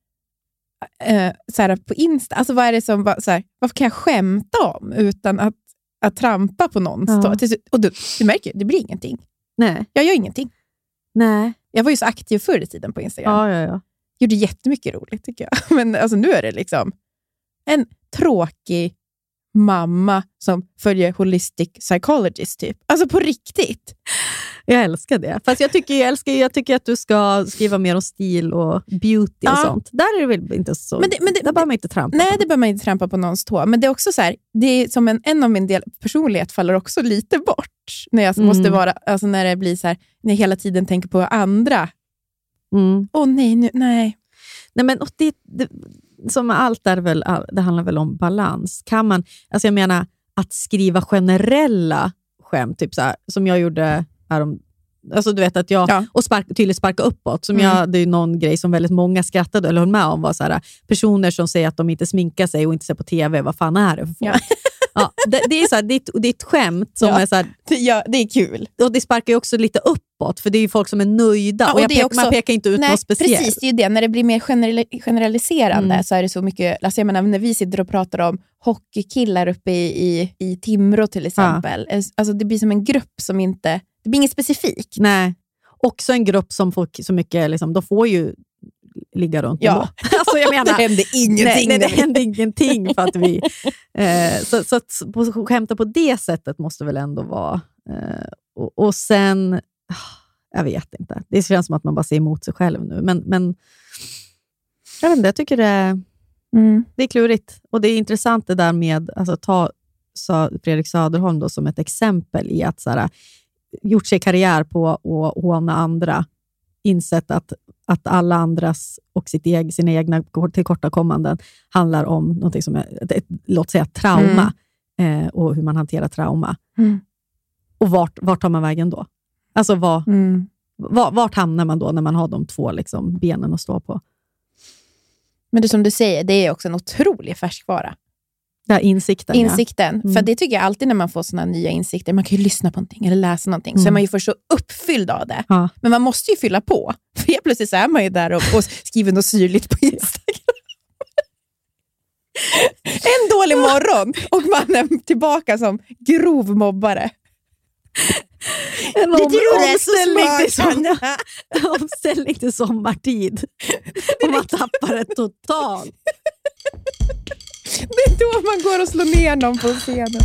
eh, så här, på Insta. Alltså vad är det som, så här, vad kan jag skämta om utan att, att trampa på någon? Ja. Och du, du märker ju, det blir ingenting. Nej. Jag gör ingenting. Nej. Jag var ju så aktiv förr i tiden på Instagram. Ja, ja, ja. Gjorde jättemycket roligt tycker jag. Men alltså nu är det liksom en tråkig mamma som följer holistic psychologist typ. Alltså på riktigt. Jag älskar det. Fast jag tycker, jag älskar, jag tycker att du ska skriva mer om stil och beauty och ja. sånt. Där är det väl inte så. Men det, men det, där behöver man inte trampa Nej, på. det behöver man inte trampa på någons tå. Men det är också så här, det är som en, en av min del personlighet faller också lite bort. När jag mm. måste vara, alltså när det blir så här, när jag hela tiden tänker på andra. Åh mm. oh, nej, nu, nej. Nej, men det, det, som allt är väl, det handlar väl om balans. Kan man, alltså jag menar, att skriva generella skämt, typ så här, som jag gjorde härom, alltså du vet att jag, ja. och spark, tydligt sparka uppåt, som mm. jag, det är någon grej som väldigt många skrattade eller höll med om, var så här, personer som säger att de inte sminkar sig och inte ser på tv, vad fan är det för folk? Ja. Ja, det, det, är så här, det, är ett, det är ett skämt som ja. är så här, ja, det är kul. Och det sparkar ju också lite uppåt, för det är ju folk som är nöjda. Ja, och och jag pek, också, man pekar inte ut nej, något speciellt. Precis, det är ju det. När det blir mer general, generaliserande mm. så är det så mycket, alltså jag menar, när vi sitter och pratar om hockeykillar uppe i, i, i Timrå till exempel. Ja. Alltså det blir som en grupp som inte, det blir inget specifikt. Nej, också en grupp som får så mycket, liksom, de får ju ligga runt. Ja. Alltså jag menar, det hände ingenting. Nej, nej, det hände ingenting för att vi... Eh, så så att på, skämta på det sättet måste väl ändå vara... Eh, och, och sen... Jag vet inte. Det känns som att man bara ser emot sig själv nu. Men, men jag vet inte, jag tycker det, mm. det är klurigt. Och det är intressant det där med... Alltså, ta sa Fredrik Söderholm då, som ett exempel i att så här, gjort sig karriär på att håna andra, insett att, att alla andras och sitt egen, sina egna tillkortakommanden handlar om någonting som är, ett, ett, låt säga trauma, mm. eh, och hur man hanterar trauma. Mm. Och vart, vart tar man vägen då? Alltså var, mm. vart, vart hamnar man då när man har de två liksom, benen att stå på? Men det som du säger, det är också en otrolig färskvara. Ja, insikten. Insikten. Ja. Mm. För det tycker jag alltid när man får såna nya insikter. Man kan ju lyssna på någonting eller läsa någonting. Mm. Så är man ju först så uppfylld av det. Ja. Men man måste ju fylla på. För helt plötsligt så är man ju där och, och skriver något syrligt på Instagram. En dålig morgon. Och man är tillbaka som grov mobbare. En om, omställning, till sommar, omställning till sommartid. Och man tappar det totalt. Det är då man går och slår ner någon på scenen.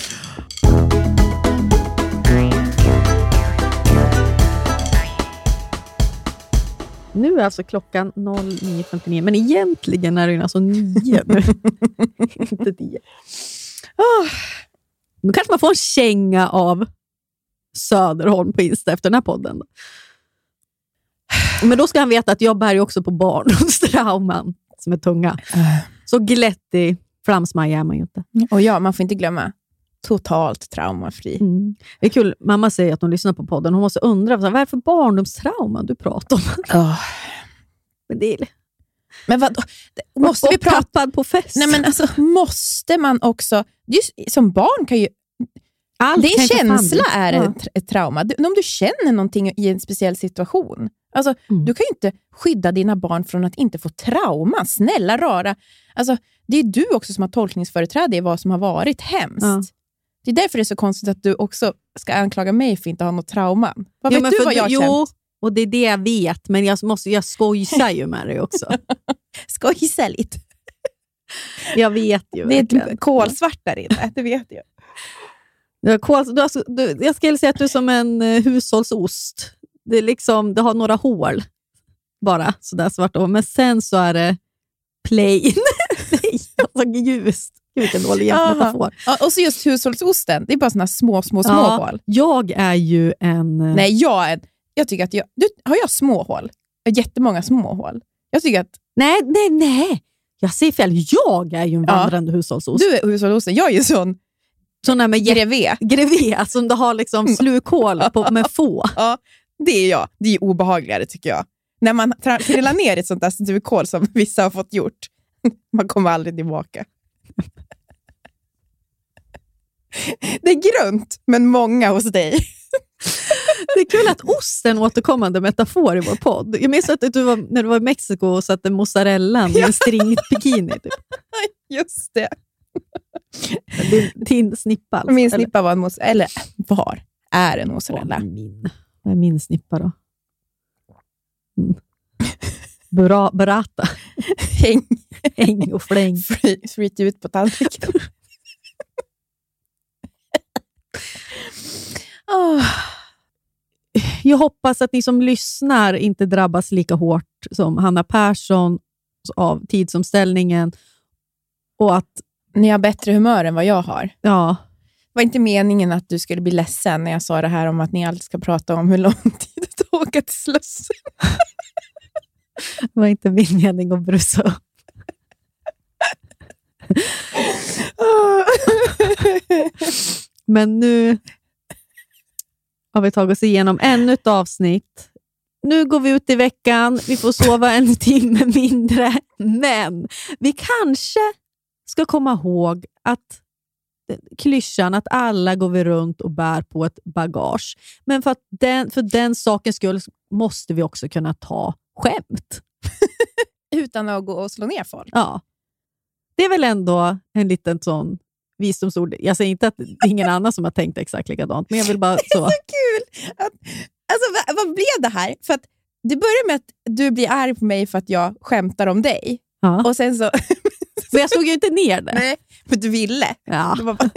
Nu är alltså klockan nio femtionio. Men egentligen är det alltså nio nu. Inte tio. Oh. Nu kanske man får en känga av Söderholm på Insta efter den här podden. Då. Men då ska han veta att jag bär ju också på barndomstrauman som är tunga. Så glättig framsmaja är man ju inte. Och ja, man får inte glömma. Totalt traumafri. Mm. Det är kul, mamma säger att hon lyssnar på podden. Hon måste undra, vad är det för barndomstrauma du pratar om? Oh. Men det är... Men vad, måste vi prata på fest? Nej, men alltså, måste man också... Just, som barn kan ju... Allt det är en känsla är ja. ett, ett trauma. Du, om du känner någonting i en speciell situation. Alltså, mm. du kan ju inte skydda dina barn från att inte få trauma. Snälla rara. Alltså, det är du också som har tolkningsföreträde i vad som har varit hemskt. Ja. Det är därför det är så konstigt att du också ska anklaga mig för att inte ha något trauma. Vad jo, vet du vad jag har jo, känt? Och det är det jag vet. Men jag, måste, jag skojsar ju med dig också. Skojsar lite. Jag vet ju. Det är ett kolsvart där inne, det vet jag. Du, du, du, jag skulle säga att du är som en uh, hushållsost. Det är liksom, det har några hål. Bara sådär svart. Men sen så är det plain. alltså ljust. Vilken dålig metafor. Ja, och så just hushållsosten. Det är bara såna små, små, små ja, hål. Jag är ju en... Nej, jag är... Jag tycker att jag... Du, har jag små hål? Jag har jättemånga små hål. Jag tycker att... Nej, nej, nej. Jag säger fel. Jag är ju en vandrande ja. hushållsost. Du är hushållsosten. Jag är ju sån... Såna med grevé. Grevé, som du har liksom slukhål på med få. Ja, det är jag. Det är obehagligare tycker jag. När man trillar ner i ett sånt där slukhål som vissa har fått gjort. Man kommer aldrig tillbaka. Det är grunt, men många hos dig. Det är kul att osten återkommande metafor i vår podd. Jag minns att du var, när du var i Mexiko och satte mozzarellan i en stringd bikini. Typ. Just det. Din snippa alltså, min snippa eller? var en mozzarella. Eller var är en mozzarella? Oh, min. Vad är min snippa då? Mm. Bra, burrata. Häng. Häng och fläng. Flyt ut på tallriken. oh. Jag hoppas att ni som lyssnar inte drabbas lika hårt som Hanna Persson av tidsomställningen och att ni har bättre humör än vad jag har. Ja. Det var inte meningen att du skulle bli ledsen när jag sa det här om att ni alltid ska prata om hur lång tid det tar att åka till Slussen. Det var inte min mening att brusa upp. Men nu har vi tagit oss igenom ännu ett avsnitt. Nu går vi ut i veckan. Vi får sova en timme mindre. Men vi kanske ska komma ihåg att klyschan att alla går vi runt och bär på ett bagage. Men för, att den, för den sakens skull måste vi också kunna ta skämt. Utan att gå och slå ner folk. Ja. Det är väl ändå en liten sån visdomsord. Jag säger inte att det är ingen annan som har tänkt exakt likadant. Men jag vill bara så. Det är så kul. Att, alltså vad, vad blev det här? För att det börjar med att du blir arg på mig för att jag skämtar om dig. Ja. Och sen så... Men jag slog ju inte ner det. Nej, men du ville. Ja. Du var bara...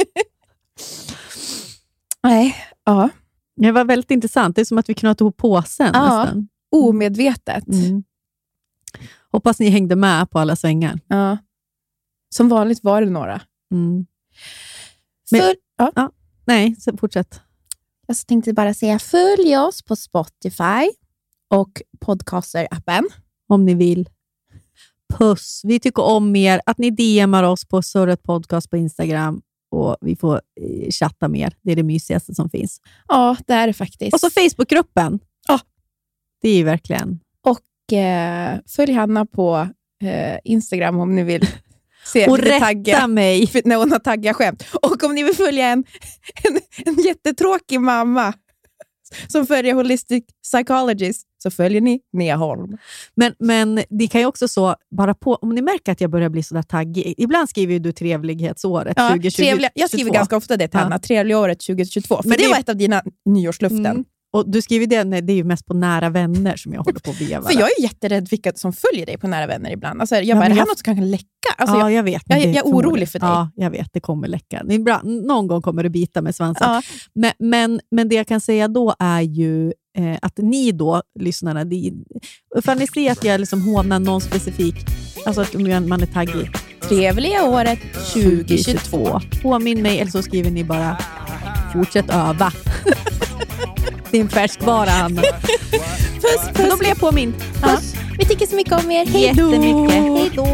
Nej, ja. Det var väldigt intressant. Det är som att vi knöt ihop påsen ja. nästan. Omedvetet. Mm. Hoppas ni hängde med på alla svängar. Ja. Som vanligt var det några. Mm. Men, För, ja. Ja, nej, så fortsätt. Jag tänkte bara säga följ oss på Spotify och Podcaster-appen. Om ni vill. Puss. Vi tycker om er. Att ni D M:ar oss på Surret Podcast på Instagram. Och vi får eh, chatta mer. Det är det mysigaste som finns. Ja, det är det faktiskt. Och så Facebookgruppen. Ja. Det är ju verkligen. Och eh, följ Hanna på eh, Instagram om ni vill se och lite rätta tagga, mig. när hon har taggat skämt. Och om ni vill följa en, en, en jättetråkig mamma som följer Holistic Psychologist, så följer ni Nea Holm. Men, men det kan ju också så, bara på, om ni märker att jag börjar bli sådär taggig. Ibland skriver ju du trevlighetsåret ja, tjugo tjugo. trevliga, jag skriver ganska ofta det till Hanna, ja. Trevliga året tjugo tjugotvå. För men det, det var ett av dina nyårsluften. Mm. Och du skriver det, nej, det är ju mest på nära vänner som jag håller på att veva. För jag är jätterädd vilka som följer dig på nära vänner ibland. Alltså, jag ja, bara, är det här jag... något som kan läcka? Alltså, ja, jag, jag vet. Jag, jag är orolig för dig. Ja, jag vet. Det kommer läcka. Ibland, någon gång kommer det bita med svansen. Ja. Men, men, men det jag kan säga då är ju eh, att ni då, lyssnarna, det, för ni ser att jag liksom hånar någon specifik, alltså att man är taggig. Trevliga året tjugo tjugotvå. Påminn mig, eller så skriver ni bara fortsätt öva. Det är en färskvara, Hanna. Puss, puss. Då blir jag påmind. Ja. Vi tycker så mycket om er. Hej då. Jättemycket. Hej då.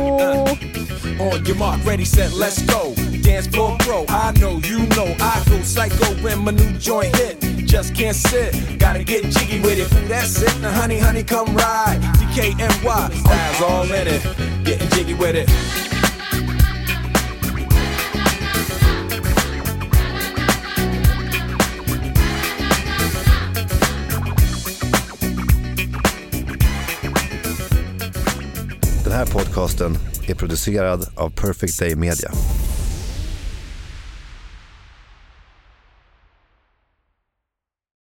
On your mark, ready, set, let's go. Dance floor pro, I know, you know, I go psycho when my new joint hit. Just can't sit, gotta get jiggy with it. That's it, now honey, honey, come ride. D K N Y, styles all in it, getting jiggy with it. Den här podcasten är producerad av Perfect Day Media.